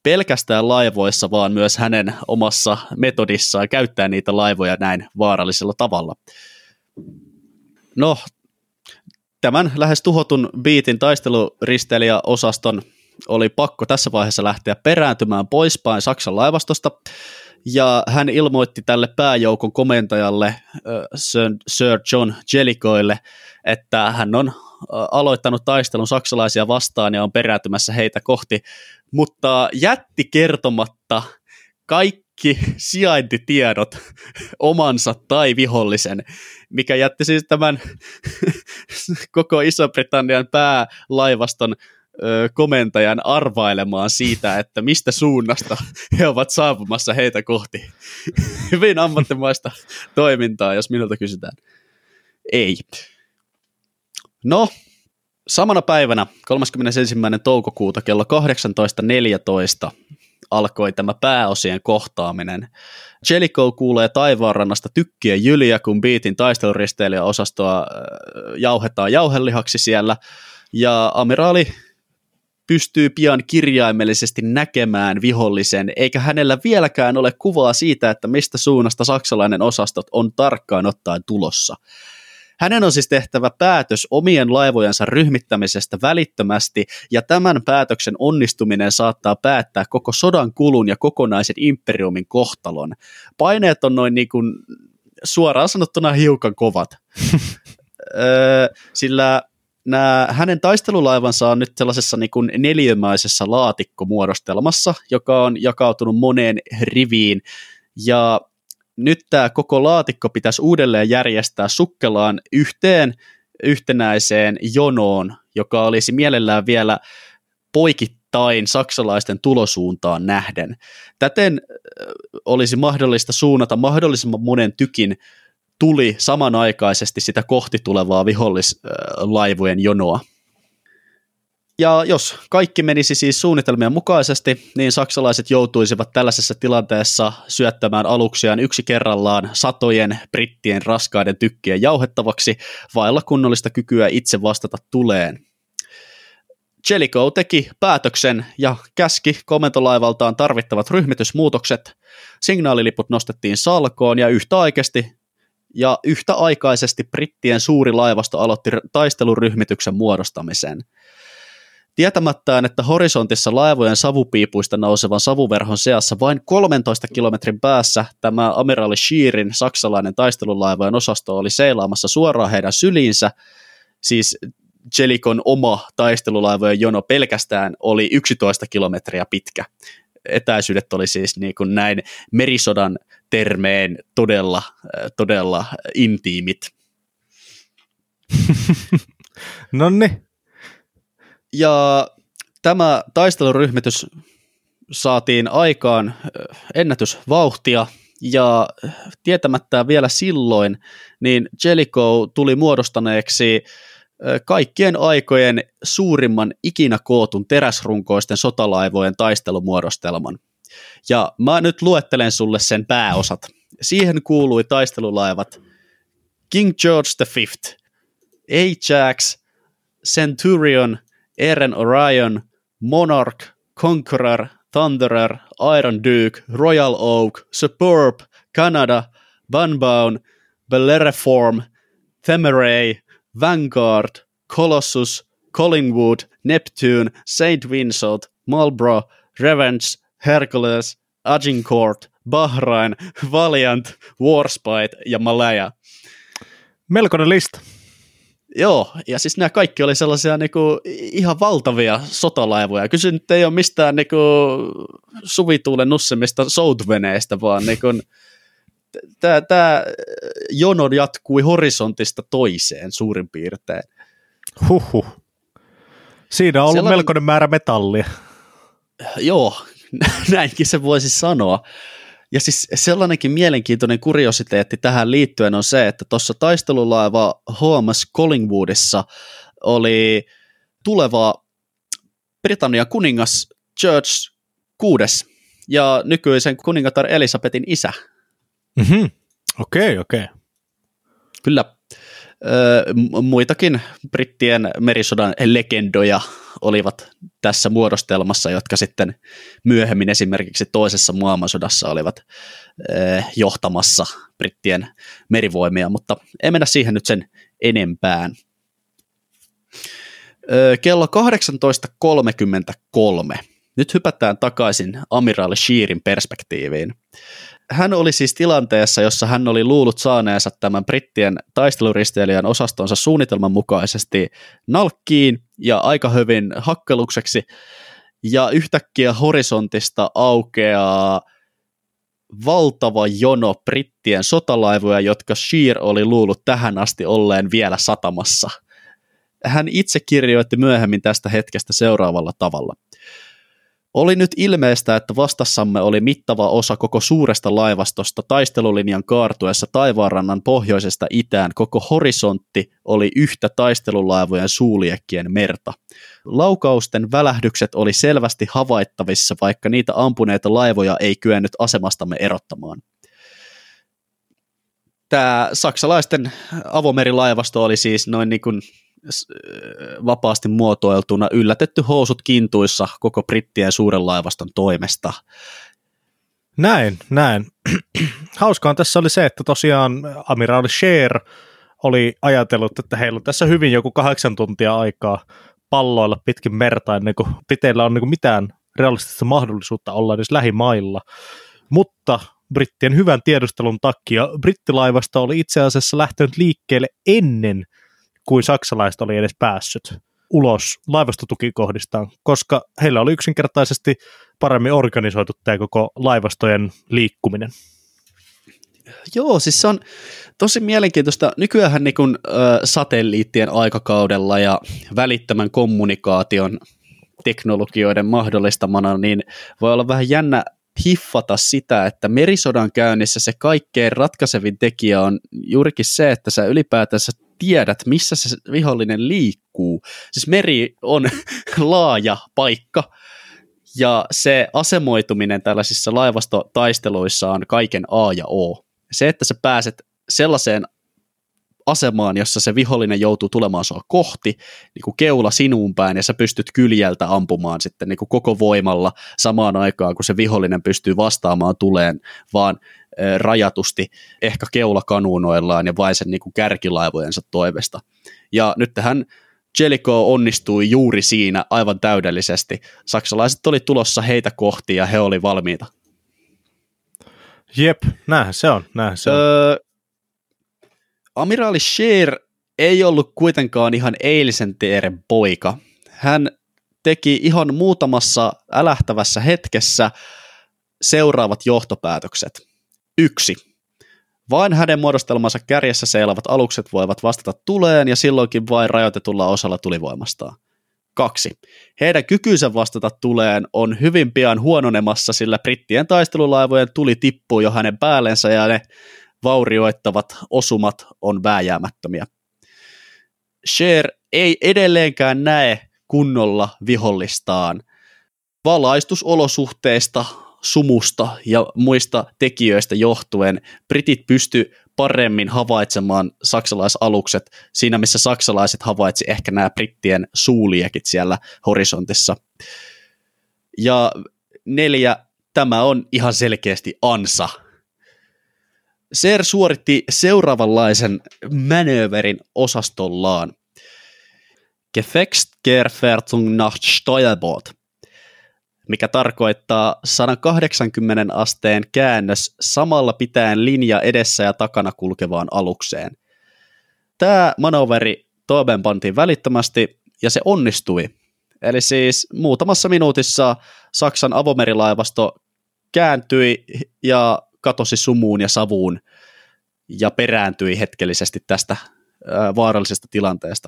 pelkästään laivoissa, vaan myös hänen omassa metodissaan käyttää niitä laivoja näin vaarallisella tavalla. No, tämän lähes tuhotun Beatin taisteluristeilijäosaston oli pakko tässä vaiheessa lähteä perääntymään poispäin Saksan laivastosta, ja hän ilmoitti tälle pääjoukon komentajalle Sir John Jellicoelle, että hän on aloittanut taistelun saksalaisia vastaan ja on perääntymässä heitä kohti, mutta jätti kertomatta kaikki sijaintitiedot omansa tai vihollisen, mikä jätti siis tämän koko Iso-Britannian päälaivaston komentajan arvailemaan siitä, että mistä suunnasta he ovat saapumassa heitä kohti. Hyvin ammattimaista toimintaa, jos minulta kysytään. Ei. No, samana päivänä 31. toukokuuta kello 18.14 alkoi tämä pääosien kohtaaminen. Jellicoe kuulee taivaanrannasta tykkiä jyliä, kun Beatin taisteluristeilijäosastoa jauhetaan jauhelihaksi siellä, ja amiraali pystyy pian kirjaimellisesti näkemään vihollisen, eikä hänellä vieläkään ole kuvaa siitä, että mistä suunnasta saksalainen osasto on tarkkaan ottaen tulossa. Hänen on siis tehtävä päätös omien laivojensa ryhmittämisestä välittömästi, ja tämän päätöksen onnistuminen saattaa päättää koko sodan kulun ja kokonaisen imperiumin kohtalon. Paineet on noin niin kuin suoraan sanottuna hiukan kovat, sillä hänen taistelulaivansa on nyt sellaisessa niin kuin neliömäisessä laatikkomuodostelmassa, joka on jakautunut moneen riviin, ja nyt tämä koko laatikko pitäisi uudelleen järjestää sukkelaan yhtenäiseen jonoon, joka olisi mielellään vielä poikittain saksalaisten tulosuuntaan nähden. Täten olisi mahdollista suunnata mahdollisimman monen tykin tuli samanaikaisesti sitä kohti tulevaa vihollislaivojen jonoa. Ja jos kaikki menisi siis suunnitelmien mukaisesti, niin saksalaiset joutuisivat tällaisessa tilanteessa syöttämään aluksiaan yksi kerrallaan satojen brittien raskaiden tykkien jauhettavaksi vailla kunnollista kykyä itse vastata tuleen. Jellicoe teki päätöksen ja käski komentolaivaltaan tarvittavat ryhmitysmuutokset. Signaaliliput nostettiin salkoon ja yhtäaikaisesti brittien suuri laivasto aloitti taisteluryhmityksen muodostamisen. Tietämättään, että horisontissa laivojen savupiipuista nousevan savuverhon seassa vain 13 kilometrin päässä tämä amiraali Scheerin saksalainen taistelulaivojen osasto oli seilaamassa suoraan heidän syliinsä, siis Jellicoen oma taistelulaivojen jono pelkästään oli 11 kilometriä pitkä. Etäisyydet oli siis niin kuin näin merisodan termeen todella intiimit. Nonni. Ja tämä taisteluryhmitys saatiin aikaan ennätysvauhtia, ja tietämättä vielä silloin, niin Jellicoe tuli muodostaneeksi kaikkien aikojen suurimman ikinä kootun teräsrunkoisten sotalaivojen taistelumuodostelman. Ja mä nyt luettelen sulle sen pääosat. Siihen kuului taistelulaivat King George V, Ajax, Centurion, Eren Orion, Monarch, Conqueror, Thunderer, Iron Duke, Royal Oak, Superb, Canada, Bunbown, Bellerophon, Temeray, Vanguard, Colossus, Collingwood, Neptune, Saint Vincent, Marlborough, Revenge, Hercules, Agincourt, Bahrain, Valiant, Warspite ja Malaya. Melkoinen lista. Joo, ja siis nämä kaikki oli sellaisia niinku ihan valtavia sotalaivoja. Kysy nyt ei ole mistään niinku suvituulen nussemista soutveneistä, vaan niinku, tämä jono jatkui horisontista toiseen suurin piirtein. Huhhuh. Siinä on ollut melkoinen määrä metallia. Joo, näinkin se voisi sanoa. Ja siis sellainenkin mielenkiintoinen kuriositeetti tähän liittyen on se, että tuossa taistelulaiva HMS Collingwoodissa oli tuleva Britannian kuningas George VI ja nykyisen kuningatar Elisabetin isä. Mm-hmm. Okei. Kyllä. Muitakin brittien merisodan legendoja olivat tässä muodostelmassa, jotka sitten myöhemmin esimerkiksi toisessa maailmansodassa olivat johtamassa brittien merivoimia, mutta ei mennä siihen nyt sen enempään. Kello 18.33. Nyt hypätään takaisin amiraali Shearin perspektiiviin. Hän oli siis tilanteessa, jossa hän oli luullut saaneensa tämän brittien taisteluristeilijän osastonsa suunnitelman mukaisesti nalkkiin ja aika hyvin hakkelukseksi, ja yhtäkkiä horisontista aukeaa valtava jono brittien sotalaivoja, jotka Shear oli luullut tähän asti olleen vielä satamassa. Hän itse kirjoitti myöhemmin tästä hetkestä seuraavalla tavalla. Oli nyt ilmeistä, että vastassamme oli mittava osa koko suuresta laivastosta taistelulinjan kaartuessa taivaanrannan pohjoisesta itään. Koko horisontti oli yhtä taistelulaivojen suuliekkien merta. Laukausten välähdykset oli selvästi havaittavissa, vaikka niitä ampuneita laivoja ei kyennyt asemastamme erottamaan. Tämä saksalaisten avomerilaivasto oli siis noin niin kuin vapaasti muotoiltuna yllätetty housut kintuissa koko brittien suuren laivaston toimesta. Näin. Hauskaan tässä oli se, että tosiaan amiraali Shear oli ajatellut, että heillä on tässä hyvin joku 8 tuntia aikaa palloilla pitkin merta ennen kuin Briteillä on niin kuin mitään realistista mahdollisuutta olla edes lähimailla. Mutta brittien hyvän tiedustelun takia brittilaivasto oli itse asiassa lähtenyt liikkeelle ennen kuin saksalaiset oli edes päässyt ulos laivastotukikohdistaan, koska heillä oli yksinkertaisesti paremmin organisoitu tämä koko laivastojen liikkuminen. Joo, siis se on tosi mielenkiintoista. Nykyäänhän niin kuin, satelliittien aikakaudella ja välittömän kommunikaation teknologioiden mahdollistamana, niin voi olla vähän jännä hiffata sitä, että merisodan käynnissä se kaikkein ratkaisevin tekijä on juurikin se, että sä ylipäätänsä tiedät, missä se vihollinen liikkuu. Siis meri on laaja paikka, ja se asemoituminen tällaisissa laivastotaisteluissa on kaiken A ja O. Se, että sä pääset sellaiseen asemaan, jossa se vihollinen joutuu tulemaan sua kohti, niin kuin keula sinuun päin, ja sä pystyt kyljeltä ampumaan sitten niin kuin koko voimalla samaan aikaan, kun se vihollinen pystyy vastaamaan tuleen, vaan rajatusti ehkä keulakanuunoillaan ja vain sen niin kuin kärkilaivojensa toivesta. Ja nyt tähän Jellicoe onnistui juuri siinä aivan täydellisesti. Saksalaiset oli tulossa heitä kohti ja he oli valmiita. Jep, näinhän se on. Amiraali Shear ei ollut kuitenkaan ihan eilisen teeren poika. Hän teki ihan muutamassa älähtävässä hetkessä seuraavat johtopäätökset. 1. Vain hänen muodostelmansa kärjessä seilavat alukset voivat vastata tuleen ja silloinkin vain rajoitetulla osalla tulivoimastaan. 2. Heidän kykynsä vastata tuleen on hyvin pian huononemassa, sillä brittien taistelulaivojen tuli tippuu jo hänen päällensä ja ne vaurioittavat osumat on vääjäämättömiä. Shear ei edelleenkään näe kunnolla vihollistaan. Valaistusolosuhteista, sumusta ja muista tekijöistä johtuen britit pysty paremmin havaitsemaan saksalaisalukset siinä, missä saksalaiset havaitsi ehkä nämä brittien suuliekit siellä horisontissa. Ja 4. Tämä on ihan selkeästi ansa. Shear suoritti seuraavanlaisen manööverin osastollaan. Gefechtskehrfertung nach Steuerbord, mikä tarkoittaa 180 asteen käännös samalla pitäen linja edessä ja takana kulkevaan alukseen. Tämä manööveri toimeenpantiin välittömästi ja se onnistui. Eli siis muutamassa minuutissa Saksan avomerilaivasto kääntyi ja katosi sumuun ja savuun ja perääntyi hetkellisesti tästä vaarallisesta tilanteesta.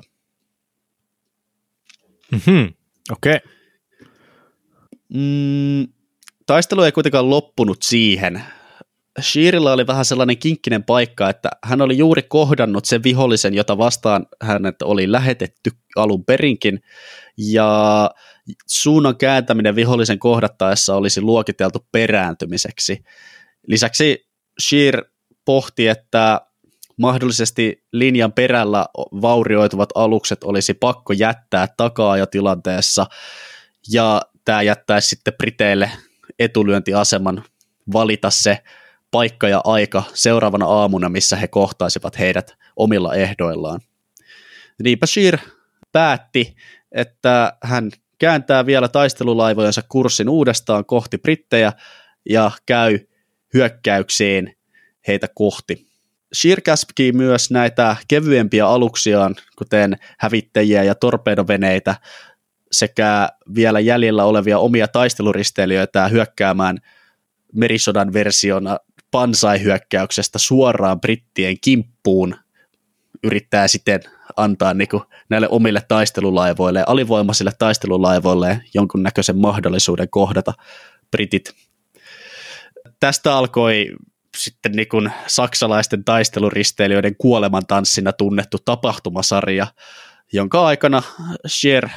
Okei. Taistelu ei kuitenkaan loppunut siihen. Shearilla oli vähän sellainen kinkkinen paikka, että hän oli juuri kohdannut sen vihollisen, jota vastaan hänet oli lähetetty alun perinkin, ja suunnan kääntäminen vihollisen kohdattaessa olisi luokiteltu perääntymiseksi. Lisäksi Shear pohti, että mahdollisesti linjan perällä vaurioituvat alukset olisi pakko jättää taka-ajotilanteessa, ja tämä jättäisi sitten Briteille etulyöntiaseman valita se paikka ja aika seuraavana aamuna, missä he kohtaisivat heidät omilla ehdoillaan. Niinpä Scheer päätti, että hän kääntää vielä taistelulaivojensa kurssin uudestaan kohti brittejä ja käy hyökkäykseen heitä kohti. Scheer käski myös näitä kevyempiä aluksiaan, kuten hävittäjiä ja torpedoveneitä, sekä vielä jäljellä olevia omia taisteluristeilijöitä hyökkäämään merisodan versiona Banzai-hyökkäyksestä suoraan brittien kimppuun, yrittää siten antaa näille omille taistelulaivoille, alivoimaisille taistelulaivoille jonkunnäköisen mahdollisuuden kohdata britit. Tästä alkoi sitten saksalaisten taisteluristeilijöiden kuolemantanssina tunnettu tapahtumasarja, jonka aikana Scheer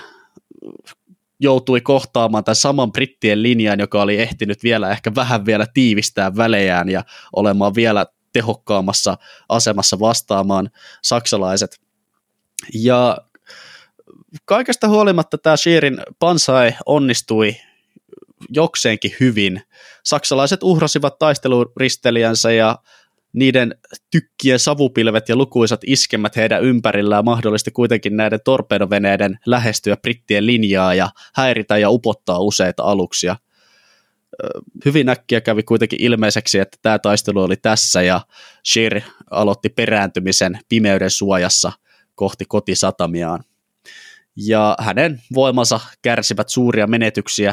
joutui kohtaamaan tämän saman brittien linjan, joka oli ehtinyt ehkä vähän vielä tiivistää välejään ja olemaan vielä tehokkaammassa asemassa vastaamaan saksalaiset. Ja kaikesta huolimatta tämä Scheerin Banzai onnistui jokseenkin hyvin. Saksalaiset uhrasivat taisteluristeilijänsä ja niiden tykkien savupilvet ja lukuisat iskemät heidän ympärillään mahdollisti kuitenkin näiden torpedoveneiden lähestyä brittien linjaa ja häiritä ja upottaa useita aluksia. Hyvin äkkiä kävi kuitenkin ilmeiseksi, että tämä taistelu oli tässä ja Scheer aloitti perääntymisen pimeyden suojassa kohti kotisatamiaan. Ja hänen voimansa kärsivät suuria menetyksiä.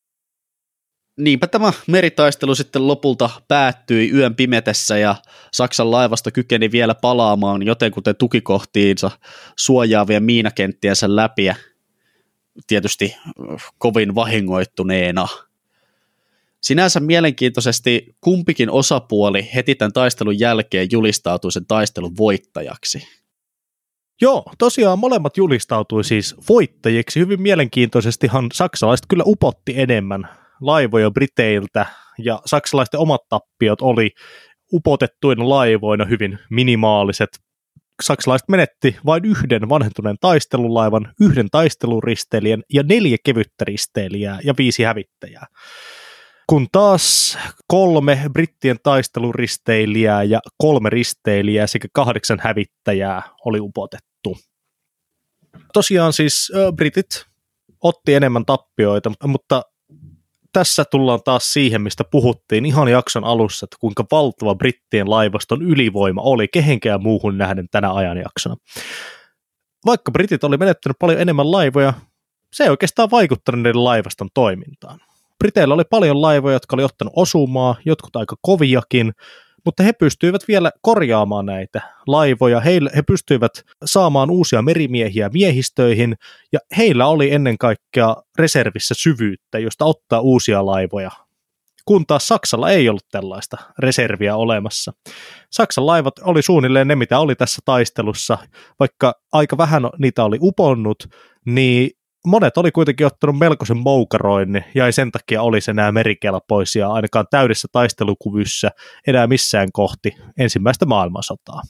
Niinpä tämä meritaistelu sitten lopulta päättyi yön pimetessä ja Saksan laivasto kykeni vielä palaamaan jotenkuten tukikohtiinsa suojaavien miinakenttiensä läpi ja tietysti kovin vahingoittuneena. Sinänsä mielenkiintoisesti kumpikin osapuoli heti tämän taistelun jälkeen julistautui sen taistelun voittajaksi. Joo, tosiaan molemmat julistautui siis voittajiksi. Hyvin mielenkiintoisestihan saksalaiset kyllä upotti enemmän laivoja briteiltä, ja saksalaisten omat tappiot oli upotettuina laivoina hyvin minimaaliset. Saksalaiset menetti vain yhden vanhentuneen taistelulaivan, yhden taisteluristeilijän ja 4 kevyttä risteilijää ja 5 hävittäjää. Kun taas 3 brittien taisteluristeilijää ja 3 risteilijää sekä 8 hävittäjää oli upotettu. Tosiaan siis britit otti enemmän tappioita, mutta tässä tullaan taas siihen, mistä puhuttiin ihan jakson alussa, että kuinka valtava brittien laivaston ylivoima oli kehenkään muuhun nähden tänä ajanjaksona. Vaikka britit oli menettänyt paljon enemmän laivoja, se ei oikeastaan vaikuttanut niiden laivaston toimintaan. Briteillä oli paljon laivoja, jotka oli ottanut osumaa, jotkut aika koviakin, mutta he pystyivät vielä korjaamaan näitä laivoja. He pystyivät saamaan uusia merimiehiä miehistöihin, ja heillä oli ennen kaikkea reservissä syvyyttä, josta ottaa uusia laivoja. Kun taas Saksalla ei ollut tällaista reserviä olemassa. Saksan laivat oli suunnilleen ne, mitä oli tässä taistelussa, vaikka aika vähän niitä oli uponnut, niin monet oli kuitenkin ottanut melkoisen moukaroinnin ja ei sen takia olisi enää merikelpoisia ainakaan täydessä taistelukuvyssä enää missään kohti ensimmäistä maailmansotaa.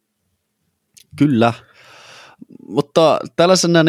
Kyllä, mutta tällaisena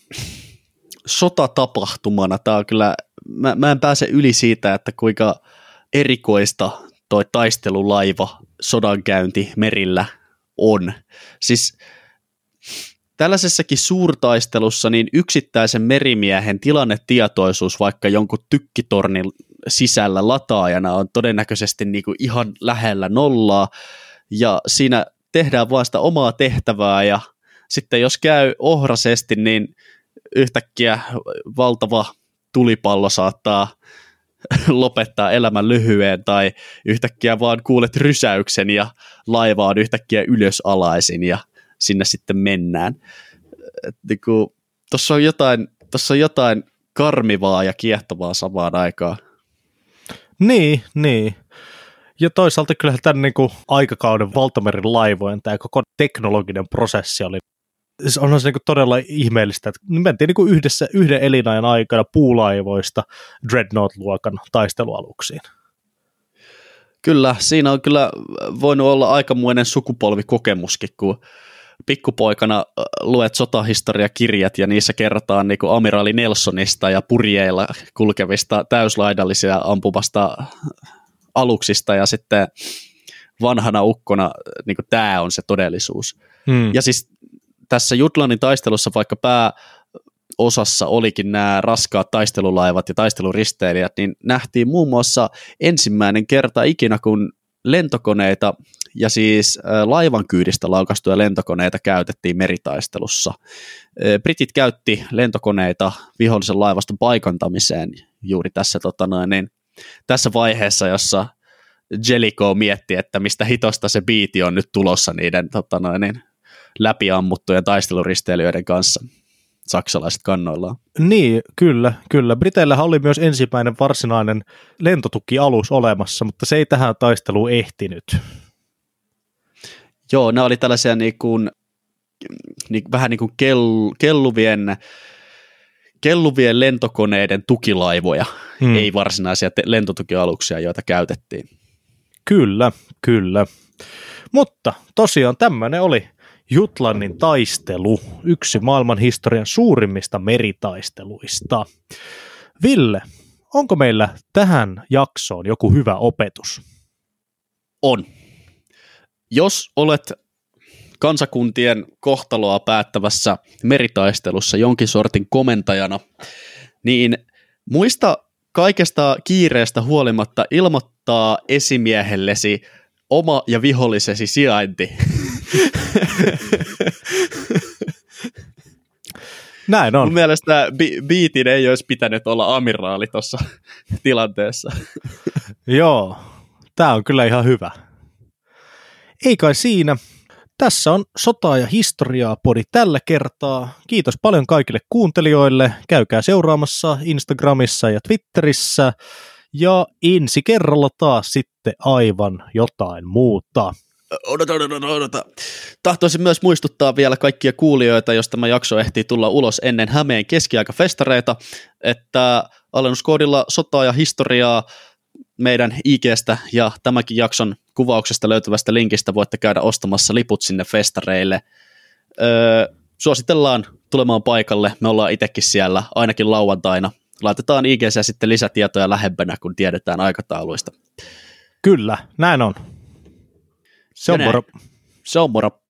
sotatapahtumana tämä on kyllä, mä en pääse yli siitä, että kuinka erikoista toi taistelulaiva sodankäynti merillä on. Siis tällaisessakin suurtaistelussa niin yksittäisen merimiehen tilannetietoisuus vaikka jonkun tykkitornin sisällä lataajana on todennäköisesti ihan lähellä nollaa, ja siinä tehdään vaan sitä omaa tehtävää, ja sitten jos käy ohrasesti, niin yhtäkkiä valtava tulipallo saattaa lopettaa elämän lyhyen, tai yhtäkkiä vaan kuulet rysäyksen ja laiva on yhtäkkiä ylösalaisin ja sinne sitten mennään. Tuossa on jotain karmivaa ja kiehtovaa samaan aikaan. Niin. Ja toisaalta kyllähän tämän aikakauden valtamerin laivojen tämä koko teknologinen prosessi oli. Onhan se todella ihmeellistä, että mentiin yhden elinajan aikana puulaivoista Dreadnought-luokan taistelualuksiin. Kyllä, siinä on kyllä voinut olla aikamoinen sukupolvikokemuskin, kun pikkupoikana luet sotahistoriakirjat ja niissä kerrotaan niin kuin amiraali Nelsonista ja purjeilla kulkevista täyslaidallisia ampuvasta aluksista ja sitten vanhana ukkona niin kuin tämä on se todellisuus. Ja siis tässä Jutlannin taistelussa, vaikka pääosassa olikin nämä raskaat taistelulaivat ja taisteluristeilijät, niin nähtiin muun muassa ensimmäinen kerta ikinä, kun lentokoneita ja siis laivan kyydistä laukaistuja lentokoneita käytettiin meritaistelussa. Britit käytti lentokoneita vihollisen laivaston paikantamiseen juuri tässä, tässä vaiheessa, jossa Jellicoe mietti, että mistä hitosta se biiti on nyt tulossa niiden läpiammuttujen taisteluristeilijöiden kanssa. Saksalaiset kannoillaan. Niin, kyllä. Briteillähän oli myös ensimmäinen varsinainen lentotukialus olemassa, mutta se ei tähän taisteluun ehtinyt. Joo, nämä oli tällaisia vähän niin kuin kelluvien lentokoneiden tukilaivoja, ei varsinaisia lentotukialuksia, joita käytettiin. Kyllä. Mutta tosiaan tämmöinen oli Jutlannin taistelu, yksi maailman historian suurimmista meritaisteluista. Ville, onko meillä tähän jaksoon joku hyvä opetus? On. Jos olet kansakuntien kohtaloa päättävässä meritaistelussa jonkin sortin komentajana, niin muista kaikesta kiireestä huolimatta ilmoittaa esimiehellesi oma ja vihollisesi sijainti. Näin on. Mun mielestä Beatin ei olisi pitänyt olla amiraali tuossa tilanteessa. Joo, tää on kyllä ihan hyvä. Ei kai siinä. Tässä on Sotaa ja historiaa -podi tällä kertaa. Kiitos paljon kaikille kuuntelijoille. Käykää seuraamassa Instagramissa ja Twitterissä. Ja ensi kerralla taas sitten aivan jotain muuta. Odota. Tahtoisin myös muistuttaa vielä kaikkia kuulijoita, jos tämä jakso ehtii tulla ulos ennen Hämeen keskiaikafestareita, että alennuskoodilla Sotaa ja historiaa meidän IG:stä ja tämänkin jakson kuvauksesta löytyvästä linkistä voitte käydä ostamassa liput sinne festareille. Suositellaan tulemaan paikalle, me ollaan itsekin siellä ainakin lauantaina. Laitetaan IG:ssä sitten lisätietoja lähempänä, kun tiedetään aikatauluista. Kyllä, näin on. Se on moro. Se on moro.